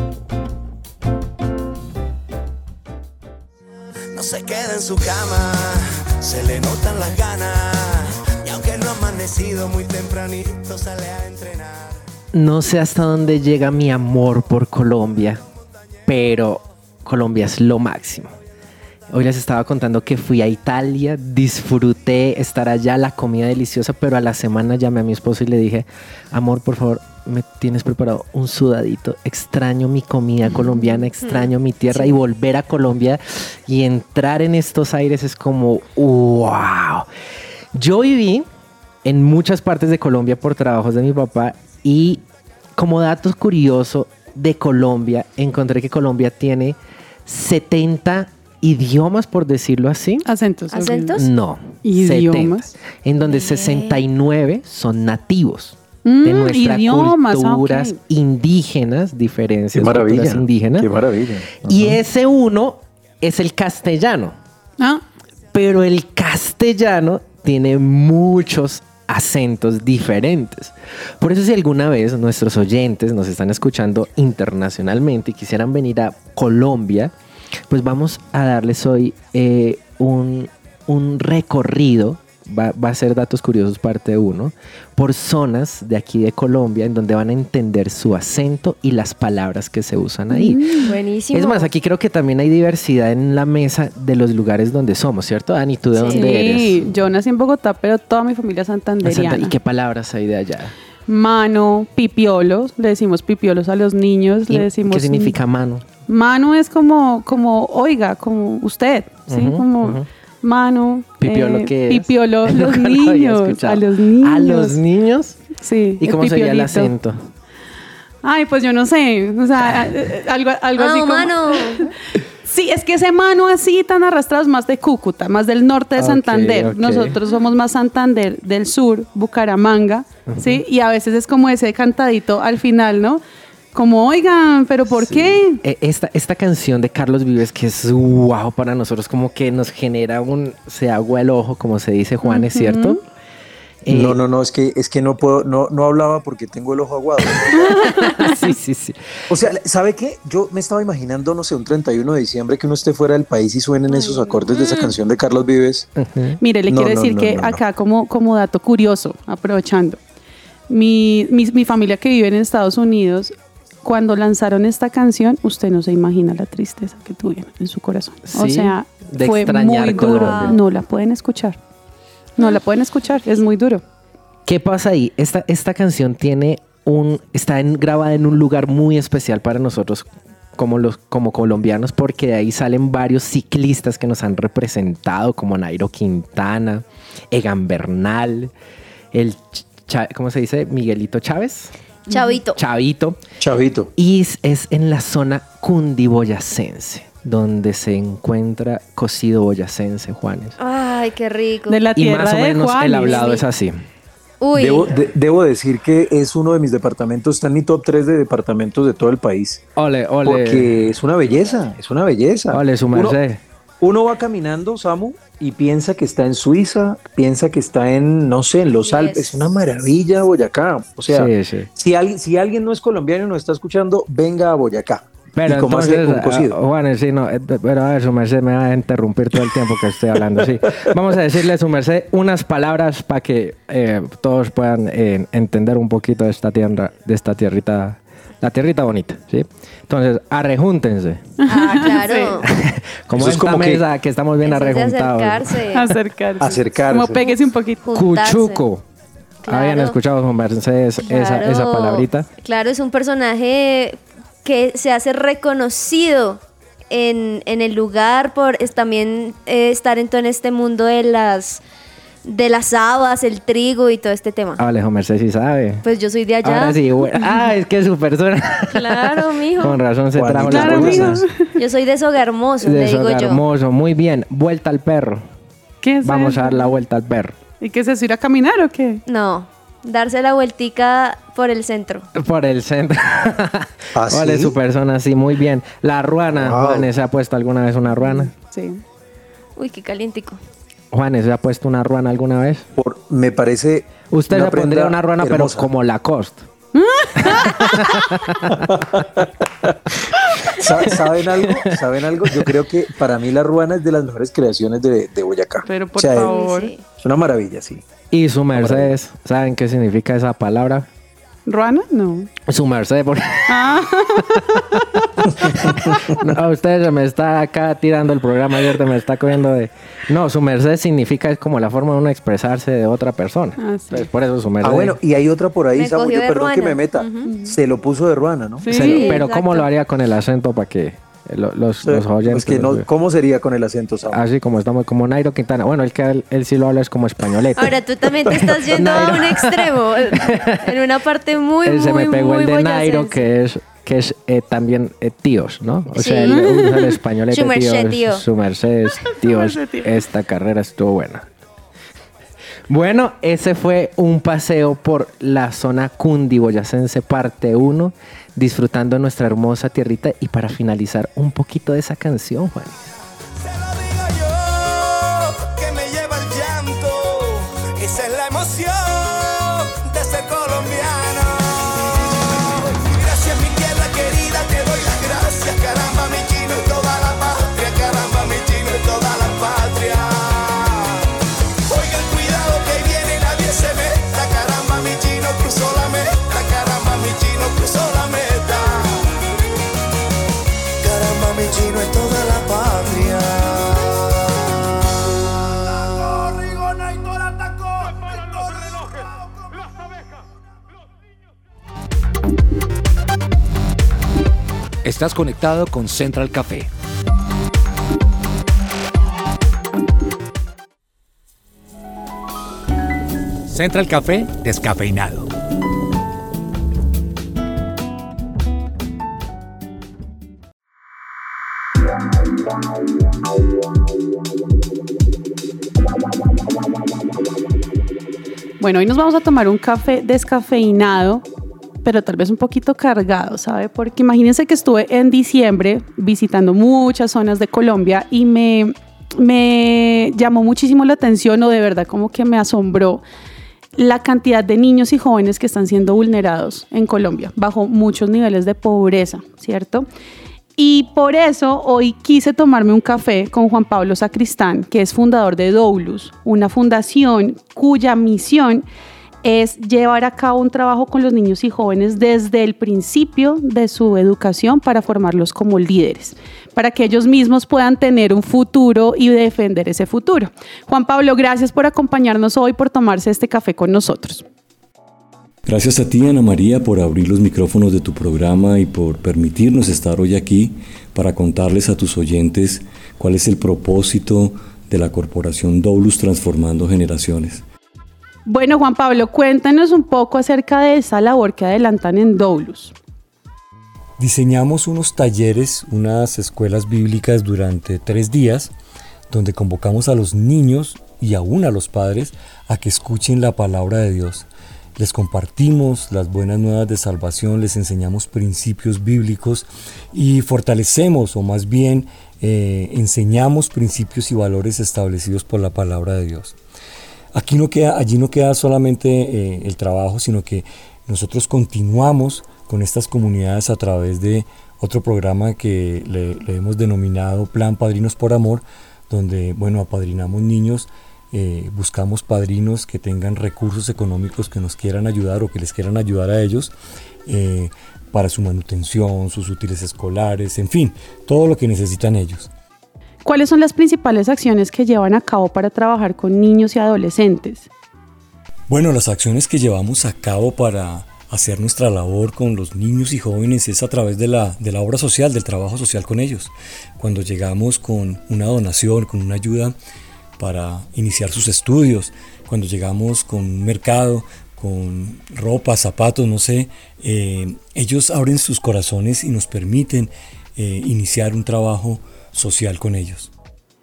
S2: No se queda en su cama, se le notan las ganas. Y aunque no ha amanecido muy tempranito, sale a entrenar.
S6: No sé hasta dónde llega mi amor por Colombia, pero Colombia es lo máximo. Hoy les estaba contando que fui a Italia, disfruté estar allá, la comida deliciosa, pero a la semana llamé a mi esposo y le dije, amor, por favor, me tienes preparado un sudadito, extraño mi comida colombiana, extraño mi tierra, sí. Y volver a Colombia y entrar en estos aires es como, wow. Yo viví en muchas partes de Colombia por trabajos de mi papá y como dato curioso de Colombia, encontré que Colombia tiene setenta idiomas, por decirlo así.
S5: ¿Acentos?
S4: ¿Acentos?
S6: No.
S5: ¿Idiomas?
S6: setenta, en donde sesenta y nueve son nativos
S5: Mm,
S6: de nuestras
S5: idiomas,
S6: culturas
S5: ok.
S6: indígenas, diferencias
S3: Qué maravilla.
S6: culturas indígenas.
S3: Qué maravilla.
S6: Y ese uno es el castellano.
S5: Ah,
S6: Pero el castellano tiene muchos acentos diferentes. Por eso si alguna vez nuestros oyentes nos están escuchando internacionalmente y quisieran venir a Colombia, pues vamos a darles hoy eh, un, un recorrido, va, va a ser Datos Curiosos parte uno, por zonas de aquí de Colombia en donde van a entender su acento y las palabras que se usan ahí.
S4: Mm, buenísimo.
S6: Es más, aquí creo que también hay diversidad en la mesa de los lugares donde somos, ¿cierto, Dani? ¿Tú de
S4: Sí.
S6: dónde eres?
S5: sí, yo nací en Bogotá, pero toda mi familia es santanderiana.
S6: ¿Y qué palabras hay de allá?
S5: Mano, pipiolos, le decimos pipiolos a los niños, le
S6: ¿Y
S5: decimos...
S6: ¿Qué significa mano?
S5: Mano es como, como oiga, como usted, ¿sí?
S6: Ujú,
S5: como
S6: ujú.
S5: mano.
S6: ¿Pipiolo
S5: eh,
S6: qué es?
S5: Pipiolo,
S6: Nunca
S5: los
S6: lo había
S5: niños,
S6: escuchado.
S5: a los niños.
S6: ¿A los niños?
S5: Sí.
S6: ¿Y
S5: el
S6: cómo sería el
S5: pipiolito.
S6: acento?
S5: Ay, pues yo no sé, o sea, eh, eh, algo, algo
S4: Ah,
S5: así como...
S4: mano.
S5: Sí, es que ese mano así tan arrastrado es más de Cúcuta, más del norte de
S6: Ok,
S5: Santander.
S6: ok.
S5: Nosotros somos más Santander del sur, Bucaramanga, ¿sí? Y a veces es como ese cantadito al final, ¿no? Como, oigan, ¿pero por
S6: Sí.
S5: qué?
S6: Eh, Esta, esta canción de Carlos Vives que es wow para nosotros, como que nos genera un... se agua el ojo, como se dice, Juan, ¿es cierto? Eh,
S3: No, no, no, es que, es que no puedo, no, no hablaba porque tengo el ojo aguado.
S6: sí, sí, sí.
S3: O sea, ¿sabe qué? Yo me estaba imaginando, no sé, un treinta y uno de diciembre que uno esté fuera del país y suenen esos acordes de esa canción de Carlos Vives.
S5: Mire, le
S3: No,
S5: quiero
S3: no,
S5: decir
S3: no,
S5: que
S3: no, no.
S5: acá como, como dato curioso, aprovechando, mi, mi, mi familia que vive en Estados Unidos, cuando lanzaron esta canción, usted no se imagina la tristeza que tuvieron en su corazón. O
S6: Sí,
S5: sea,
S6: de
S5: fue
S6: extrañar
S5: muy duro.
S6: Colombia.
S5: No la pueden escuchar. No la pueden escuchar, es muy duro.
S6: ¿Qué pasa ahí? Esta, esta canción tiene un, está en- grabada en un lugar muy especial para nosotros como, los, como colombianos, porque de ahí salen varios ciclistas que nos han representado, como Nairo Quintana, Egan Bernal, el, Ch- Cha- ¿cómo se dice? Miguelito Chávez.
S4: Chavito.
S6: Chavito.
S3: Chavito.
S6: Y es, es en la zona cundiboyacense, donde se encuentra cocido boyacense, Juanes.
S4: Ay, qué rico.
S5: De la
S6: Y
S5: tierra
S6: más o
S5: de
S6: menos
S5: Juanes.
S6: el hablado es así.
S4: Uy.
S3: Debo, de- debo decir que es uno de mis departamentos, está en mi top tres de departamentos de todo el país.
S6: Ole, ole.
S3: Porque es una belleza, es una belleza.
S6: Ole, su
S3: Uno-
S6: merced.
S3: Uno va caminando, Samu, y piensa que está en Suiza, piensa que está en, no sé, en los
S4: Yes.
S3: Alpes. Es una maravilla Boyacá. O sea,
S6: Sí, sí.
S3: si, alguien, si alguien no es colombiano y nos está escuchando, venga a Boyacá.
S6: Pero
S3: y como hace
S6: entonces,
S3: un cocido.
S6: ah, Juan, sí, no, eh, pero a ver, su merced me va a interrumpir todo el tiempo que estoy hablando, sí. Vamos a decirle a su merced unas palabras para que eh, todos puedan eh, entender un poquito de esta tierra, de esta tierrita, la tierrita bonita, ¿sí? Entonces, arrejúntense.
S4: Ah, claro.
S6: Como
S3: Eso es
S6: esta
S3: como que-
S6: mesa que, estamos bien
S4: Eso es de
S6: arrejuntados.
S4: acercarse.
S5: Acercarse.
S3: Acercarse.
S5: Como péguese un poquito.
S4: Juntarse.
S6: Cuchuco.
S4: Claro.
S6: ¿Habían escuchado su merced esa,
S4: Claro.
S6: esa palabrita?
S4: Claro, es un personaje que se hace reconocido en, en el lugar por es, también eh, estar en todo en este mundo de las de las habas, el trigo y todo este tema.
S6: Ah, Alejo Merced sí sabe.
S4: Pues yo soy de allá.
S6: Ahora sí, bueno. Ah, es que es su persona.
S4: Claro, mijo.
S6: Con razón se
S3: Juanita,
S6: trajo
S5: Claro,
S6: las
S5: mijo.
S6: cosas.
S4: Yo soy de Soga Hermoso,
S6: De
S4: le digo yo.
S6: hermoso, muy bien. Vuelta al perro.
S5: ¿Qué es
S6: Vamos
S5: eso?
S6: a dar la vuelta al perro.
S5: ¿Y qué es eso? ¿Ir a caminar o qué?
S4: No, darse la vueltica por el centro.
S6: Por el centro.
S3: ¿Ah,
S6: ¿Cuál es
S3: sí?
S6: su persona? Sí, muy bien. La ruana.
S3: Wow.
S6: Juanes, ¿se ha puesto alguna vez una ruana?
S5: Sí.
S4: Uy, qué calientico.
S6: Juanes, ¿se ha puesto una ruana alguna vez?
S3: Por- me parece.
S6: Usted
S3: una
S6: se pondría
S3: prenda
S6: una ruana,
S3: hermosa.
S6: pero como Lacoste.
S3: Sa- ¿Saben algo? ¿Saben algo? Yo creo que para mí la ruana es de las mejores creaciones de, de Boyacá.
S5: Pero por
S3: O sea, es-
S5: favor.
S4: Sí, sí.
S3: Es una maravilla, sí.
S6: Y su mercedes, ¿saben qué significa esa palabra?
S5: ¿Ruana? No.
S6: Su merced, porque
S5: Ah,
S6: no, usted se me está acá tirando el programa ayer, me está cogiendo de... No, su merced significa es como la forma de uno expresarse de otra persona.
S5: Ah, sí.
S6: Pues por eso su merced.
S3: Ah, bueno, y hay otra por ahí,
S4: Me
S3: Samu,
S4: cogió
S3: yo
S4: de
S3: perdón que
S4: ruana.
S3: me meta. Se lo puso de ruana, ¿no?
S5: sí.
S6: Se lo- pero ¿cómo
S4: exacto.
S6: lo haría con el acento para que eh, lo- los,
S3: O sea,
S6: los oyentes...
S3: pues que no, ¿cómo sería con el acento, Samu?
S6: Así como estamos, como Nairo Quintana. Bueno, él, que él, él sí lo habla es como españolete.
S4: Ahora tú también te estás yendo a un extremo, en una parte muy,
S6: él
S4: muy,
S6: se me pegó
S4: muy
S6: el de Nairo,
S4: boyacense.
S6: que es que es eh, también eh, tíos, ¿no? O
S4: Sí.
S6: sea, él usa el españolete,
S4: Su merced,
S6: tíos,
S4: tío.
S6: su merced, tíos,
S5: merced, tío.
S6: esta carrera estuvo buena. Bueno, ese fue un paseo por la zona cundiboyacense parte uno, disfrutando nuestra hermosa tierrita y para finalizar un poquito de esa canción, Juan.
S2: Se lo digo yo, que me lleva el llanto. Esa es la emoción de ser colombiano. Gracias mi tierra querida, te doy las gracias. Caramba mi chino y toda la patria. Caramba mi chino y toda la patria. Oigan cuidado que viene, nadie se meta. Caramba mi chino cruzó la meta. Caramba mi chino cruzó la meta. Caramba mi chino es toda la patria.
S1: Estás conectado con Central Café. Central Café descafeinado.
S5: Bueno, hoy nos vamos a tomar un café descafeinado, pero tal vez un poquito cargado, ¿sabe? Porque imagínense que estuve en diciembre visitando muchas zonas de Colombia y me, me llamó muchísimo la atención, o de verdad como que me asombró la cantidad de niños y jóvenes que están siendo vulnerados en Colombia, bajo muchos niveles de pobreza, ¿cierto? Y por eso hoy quise tomarme un café con Juan Pablo Sacristán, que es fundador de Doulus, una fundación cuya misión es llevar a cabo un trabajo con los niños y jóvenes desde el principio de su educación para formarlos como líderes, para que ellos mismos puedan tener un futuro y defender ese futuro. Juan Pablo, gracias por acompañarnos hoy, por tomarse este café con nosotros.
S9: Gracias a ti, Ana María, por abrir los micrófonos de tu programa y por permitirnos estar hoy aquí para contarles a tus oyentes cuál es el propósito de la corporación Doulus Transformando Generaciones.
S5: Bueno, Juan Pablo, cuéntanos un poco acerca de esa labor que adelantan en Doulus.
S9: Diseñamos unos talleres, unas escuelas bíblicas durante tres días, donde convocamos a los niños y aún a los padres a que escuchen la palabra de Dios. Les compartimos las buenas nuevas de salvación, les enseñamos principios bíblicos y fortalecemos, o más bien eh, enseñamos principios y valores establecidos por la palabra de Dios. Aquí no queda, allí no queda solamente eh, el trabajo, sino que nosotros continuamos con estas comunidades a través de otro programa que le, le hemos denominado Plan Padrinos por Amor, donde, bueno, apadrinamos niños. Eh, buscamos padrinos que tengan recursos económicos que nos quieran ayudar o que les quieran ayudar a ellos eh, para su manutención, sus útiles escolares, en fin, todo lo que necesitan ellos.
S5: ¿Cuáles son las principales acciones que llevan a cabo para trabajar con niños y adolescentes?
S9: Bueno, las acciones que llevamos a cabo para hacer nuestra labor con los niños y jóvenes es a través de la, de la obra social, del trabajo social con ellos. Cuando llegamos con una donación, con una ayuda para iniciar sus estudios, cuando llegamos con un mercado, con ropa, zapatos, no sé, eh, ellos abren sus corazones y nos permiten eh, iniciar un trabajo social con ellos.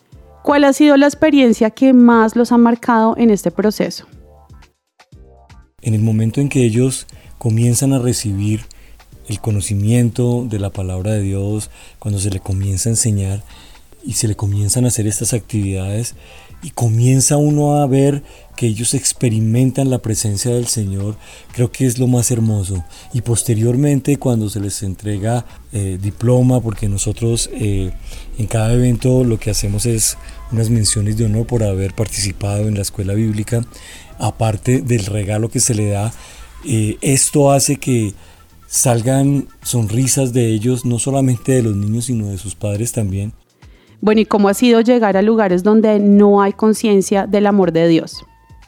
S5: ¿Cuál ha sido la experiencia que más los ha marcado en este proceso?
S9: En el momento en que ellos comienzan a recibir el conocimiento de la palabra de Dios, cuando se le comienza a enseñar y se le comienzan a hacer estas actividades y comienza uno a ver que ellos experimentan la presencia del Señor, creo que es lo más hermoso. Y posteriormente, cuando se les entrega eh, diploma, porque nosotros eh, en cada evento lo que hacemos es unas menciones de honor por haber participado en la escuela bíblica, aparte del regalo que se le da, eh, esto hace que salgan sonrisas de ellos, no solamente de los niños, sino de sus padres también.
S5: Bueno, ¿y cómo ha sido llegar a lugares donde no hay conciencia del amor de Dios?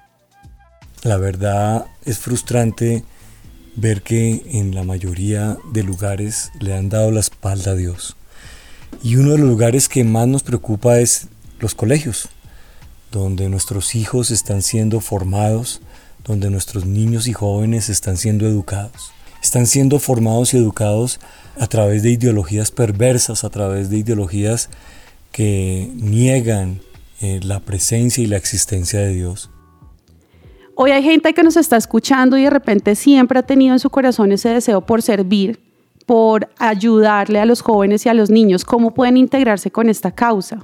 S9: La verdad es frustrante ver que en la mayoría de lugares le han dado la espalda a Dios. Y uno de los lugares que más nos preocupa es los colegios, donde nuestros hijos están siendo formados, donde nuestros niños y jóvenes están siendo educados. Están siendo formados y educados a través de ideologías perversas, a través de ideologías que niegan eh, la presencia y la existencia de Dios.
S5: Hoy hay gente que nos está escuchando y de repente siempre ha tenido en su corazón ese deseo por servir, por ayudarle a los jóvenes y a los niños. ¿Cómo pueden integrarse con esta causa?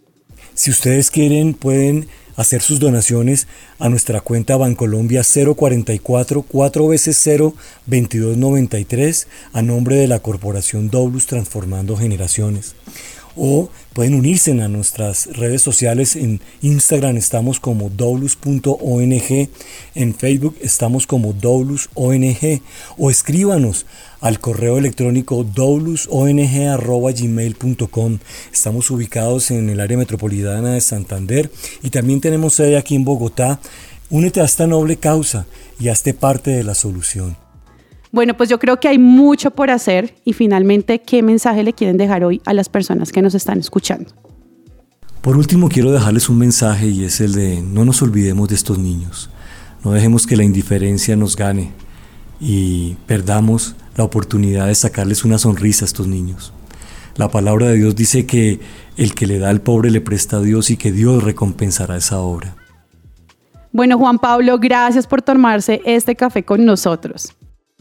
S9: Si ustedes quieren, pueden hacer sus donaciones a nuestra cuenta Bancolombia cero cuarenta y cuatro, cuatro veces cero, veintidós noventa y tres a nombre de la Corporación Doulus Transformando Generaciones. O pueden unirse a nuestras redes sociales. En Instagram estamos como doulus punto ong, en Facebook estamos como doulus punto ong, o escríbanos al correo electrónico doulus ong arroba gmail punto com. Estamos ubicados en el área metropolitana de Santander y también tenemos sede aquí en Bogotá. Únete a esta noble causa y hazte parte de la solución.
S5: Bueno, pues yo creo que hay mucho por hacer y finalmente, ¿qué mensaje le quieren dejar hoy a las personas que nos están escuchando?
S9: Por último, quiero dejarles un mensaje y es el de no nos olvidemos de estos niños. No dejemos que la indiferencia nos gane y perdamos la oportunidad de sacarles una sonrisa a estos niños. La palabra de Dios dice que el que le da al pobre le presta a Dios y que Dios recompensará esa obra.
S5: Bueno, Juan Pablo, gracias por tomarse este café con nosotros.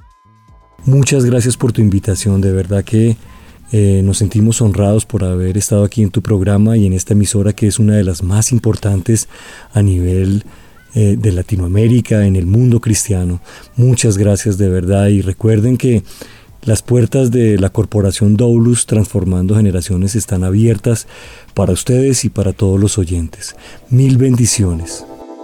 S9: Muchas gracias por tu invitación, de verdad que eh, nos sentimos honrados por haber estado aquí en tu programa y en esta emisora que es una de las más importantes a nivel eh, de Latinoamérica, en el mundo cristiano. Muchas gracias de verdad y recuerden que las puertas de la Corporación Doulus Transformando Generaciones están abiertas para ustedes y para todos los oyentes. Mil bendiciones.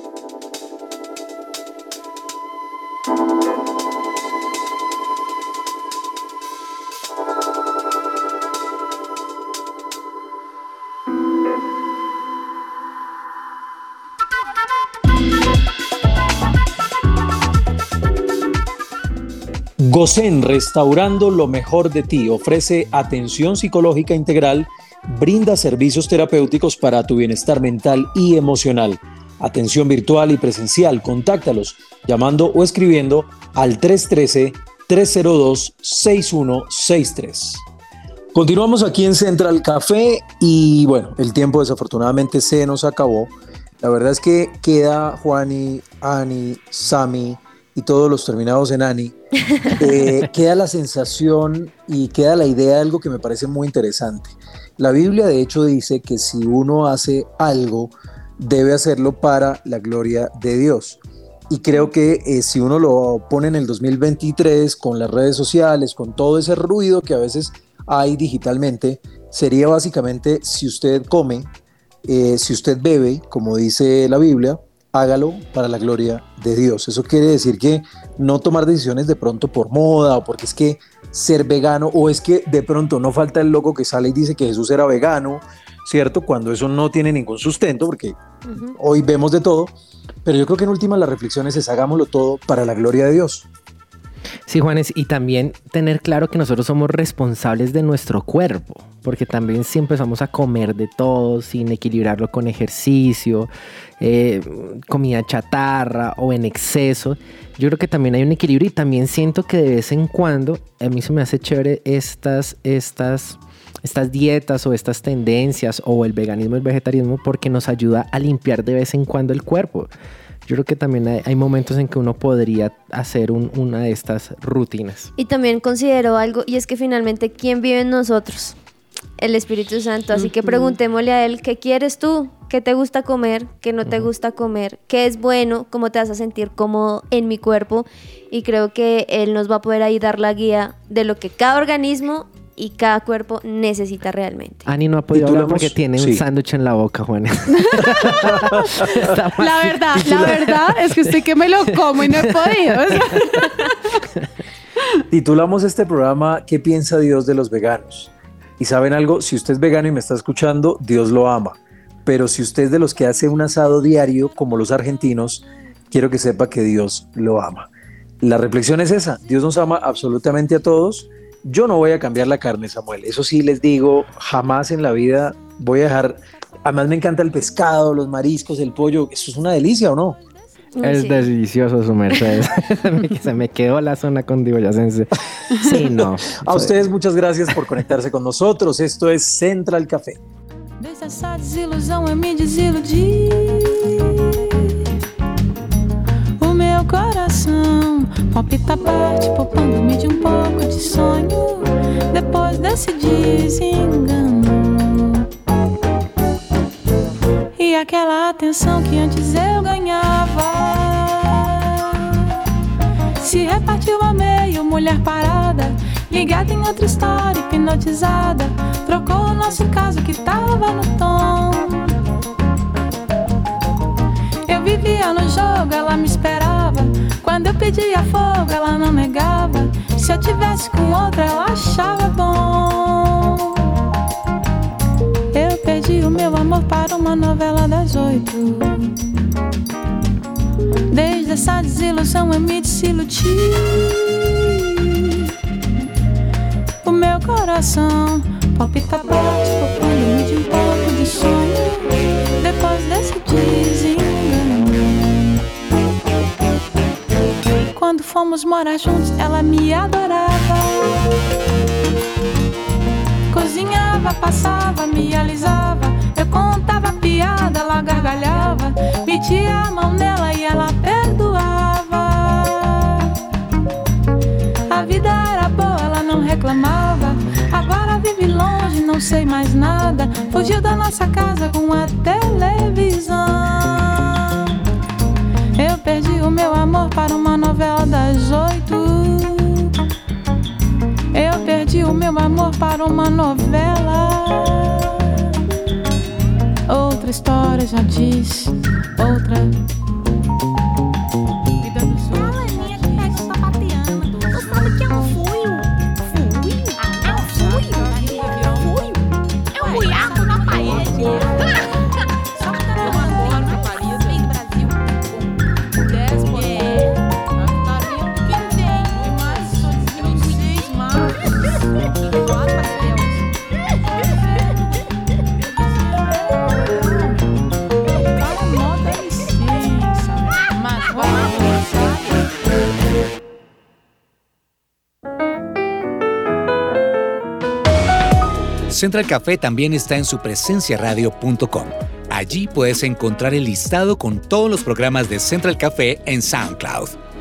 S3: Gosen, restaurando lo mejor de ti, ofrece atención psicológica integral, brinda servicios terapéuticos para tu bienestar mental y emocional. Atención virtual y presencial, contáctalos llamando o escribiendo al tres uno tres, tres cero dos, seis uno seis tres. Continuamos aquí en Central Café y bueno, el tiempo desafortunadamente se nos acabó. La verdad es que queda Juani, Ani, Sami y todos los terminados en Ani, eh, queda la sensación y queda la idea de algo que me parece muy interesante. La Biblia de hecho dice que si uno hace algo, debe hacerlo para la gloria de Dios. Y creo que eh, si uno lo pone en el dos mil veintitrés, con las redes sociales, con todo ese ruido que a veces hay digitalmente, sería básicamente si usted come, eh, si usted bebe, como dice la Biblia, hágalo para la gloria de Dios. Eso quiere decir que no tomar decisiones de pronto por moda o porque es que ser vegano o es que de pronto no falta el loco que sale y dice que Jesús era vegano, ¿cierto? Cuando eso no tiene ningún sustento porque uh-huh. hoy vemos de todo, pero yo creo que en última las reflexiones es hagámoslo todo para la gloria de Dios.
S6: Sí, Juanes, y también tener claro que nosotros somos responsables de nuestro cuerpo, porque también si empezamos a comer de todo sin equilibrarlo con ejercicio, eh, comida chatarra o en exceso, yo creo que también hay un equilibrio y también siento que de vez en cuando a mí se me hace chévere estas, estas estas dietas o estas tendencias o el veganismo y el vegetarianismo porque nos ayuda a limpiar de vez en cuando el cuerpo. Yo creo que también hay, hay momentos en que uno podría hacer un, una de estas rutinas.
S4: Y también considero algo, y es que finalmente, ¿quién vive en nosotros? El Espíritu Santo. Así que preguntémosle a Él, ¿qué quieres tú? ¿Qué te gusta comer? ¿Qué no te gusta comer? ¿Qué es bueno? ¿Cómo te vas a sentir cómodo en mi cuerpo? Y creo que Él nos va a poder ahí dar la guía de lo que cada organismo y cada cuerpo necesita realmente.
S6: Ani no ha podido hablar porque tiene sí. un sándwich en la boca, Juan.
S5: La verdad, la verdad es que usted que me lo como y no he podido.
S3: Titulamos este programa ¿Qué piensa Dios de los veganos? Y ¿saben algo? Si usted es vegano y me está escuchando, Dios lo ama. Pero si usted es de los que hace un asado diario, como los argentinos, quiero que sepa que Dios lo ama. La reflexión es esa. Dios nos ama absolutamente a todos. Yo no voy a cambiar la carne, Samuel. Eso sí les digo, jamás en la vida voy a dejar... Además me encanta el pescado, los mariscos, el pollo. Eso es una delicia, ¿o no?
S6: Es sí. delicioso, su merced. Se me quedó la zona condiboyacense. Sí, no.
S3: A ustedes muchas gracias por conectarse con nosotros. Esto es Central Café.
S10: Deixa essa desilusão eu me desiludir. O meu coração palpita parte, poupando-me de um pouco de sonho. Depois desse desengano e aquela atenção que antes eu ganhava se repartiu a meio, mulher parada, ligada em outra história, hipnotizada. Trocou o nosso caso que tava no tom. Eu vivia no jogo, ela me esperava. Quando eu pedia fogo, ela não negava. Se eu tivesse com outra, ela achava bom. Eu perdi o meu amor para uma novela das oito. Desde essa desilusão eu me desiludi. O meu coração palpita forte, poupando-me de um pouco de sonho. Depois desse desengano, quando fomos morar juntos, ela me adorava. Cozinhava, passava, me alisava. Eu contava piada, ela gargalhava. Metia a mão nela e ela perdoava. A vida era boa, ela não reclamava. Agora vive longe, não sei mais nada. Fugiu da nossa casa com a televisão. Eu perdi o meu amor para uma novela das oito. Eu perdi o meu amor para uma novela. Outra história já diz, outra. Vida dos outros.
S11: Fala, minha que pede sapateando. Tu sabe que eu fui? Fui? Eu fui? Eu fui? Eu fui arco na parede. Só que eu agora na Paris, vem do Brasil. dez por cento. A Vitória quem vem? Mais só dezesseis mais. Quatro pastéis.
S1: Central Café también está en su presencia radio punto com. Allí puedes encontrar el listado con todos los programas de Central Café en SoundCloud.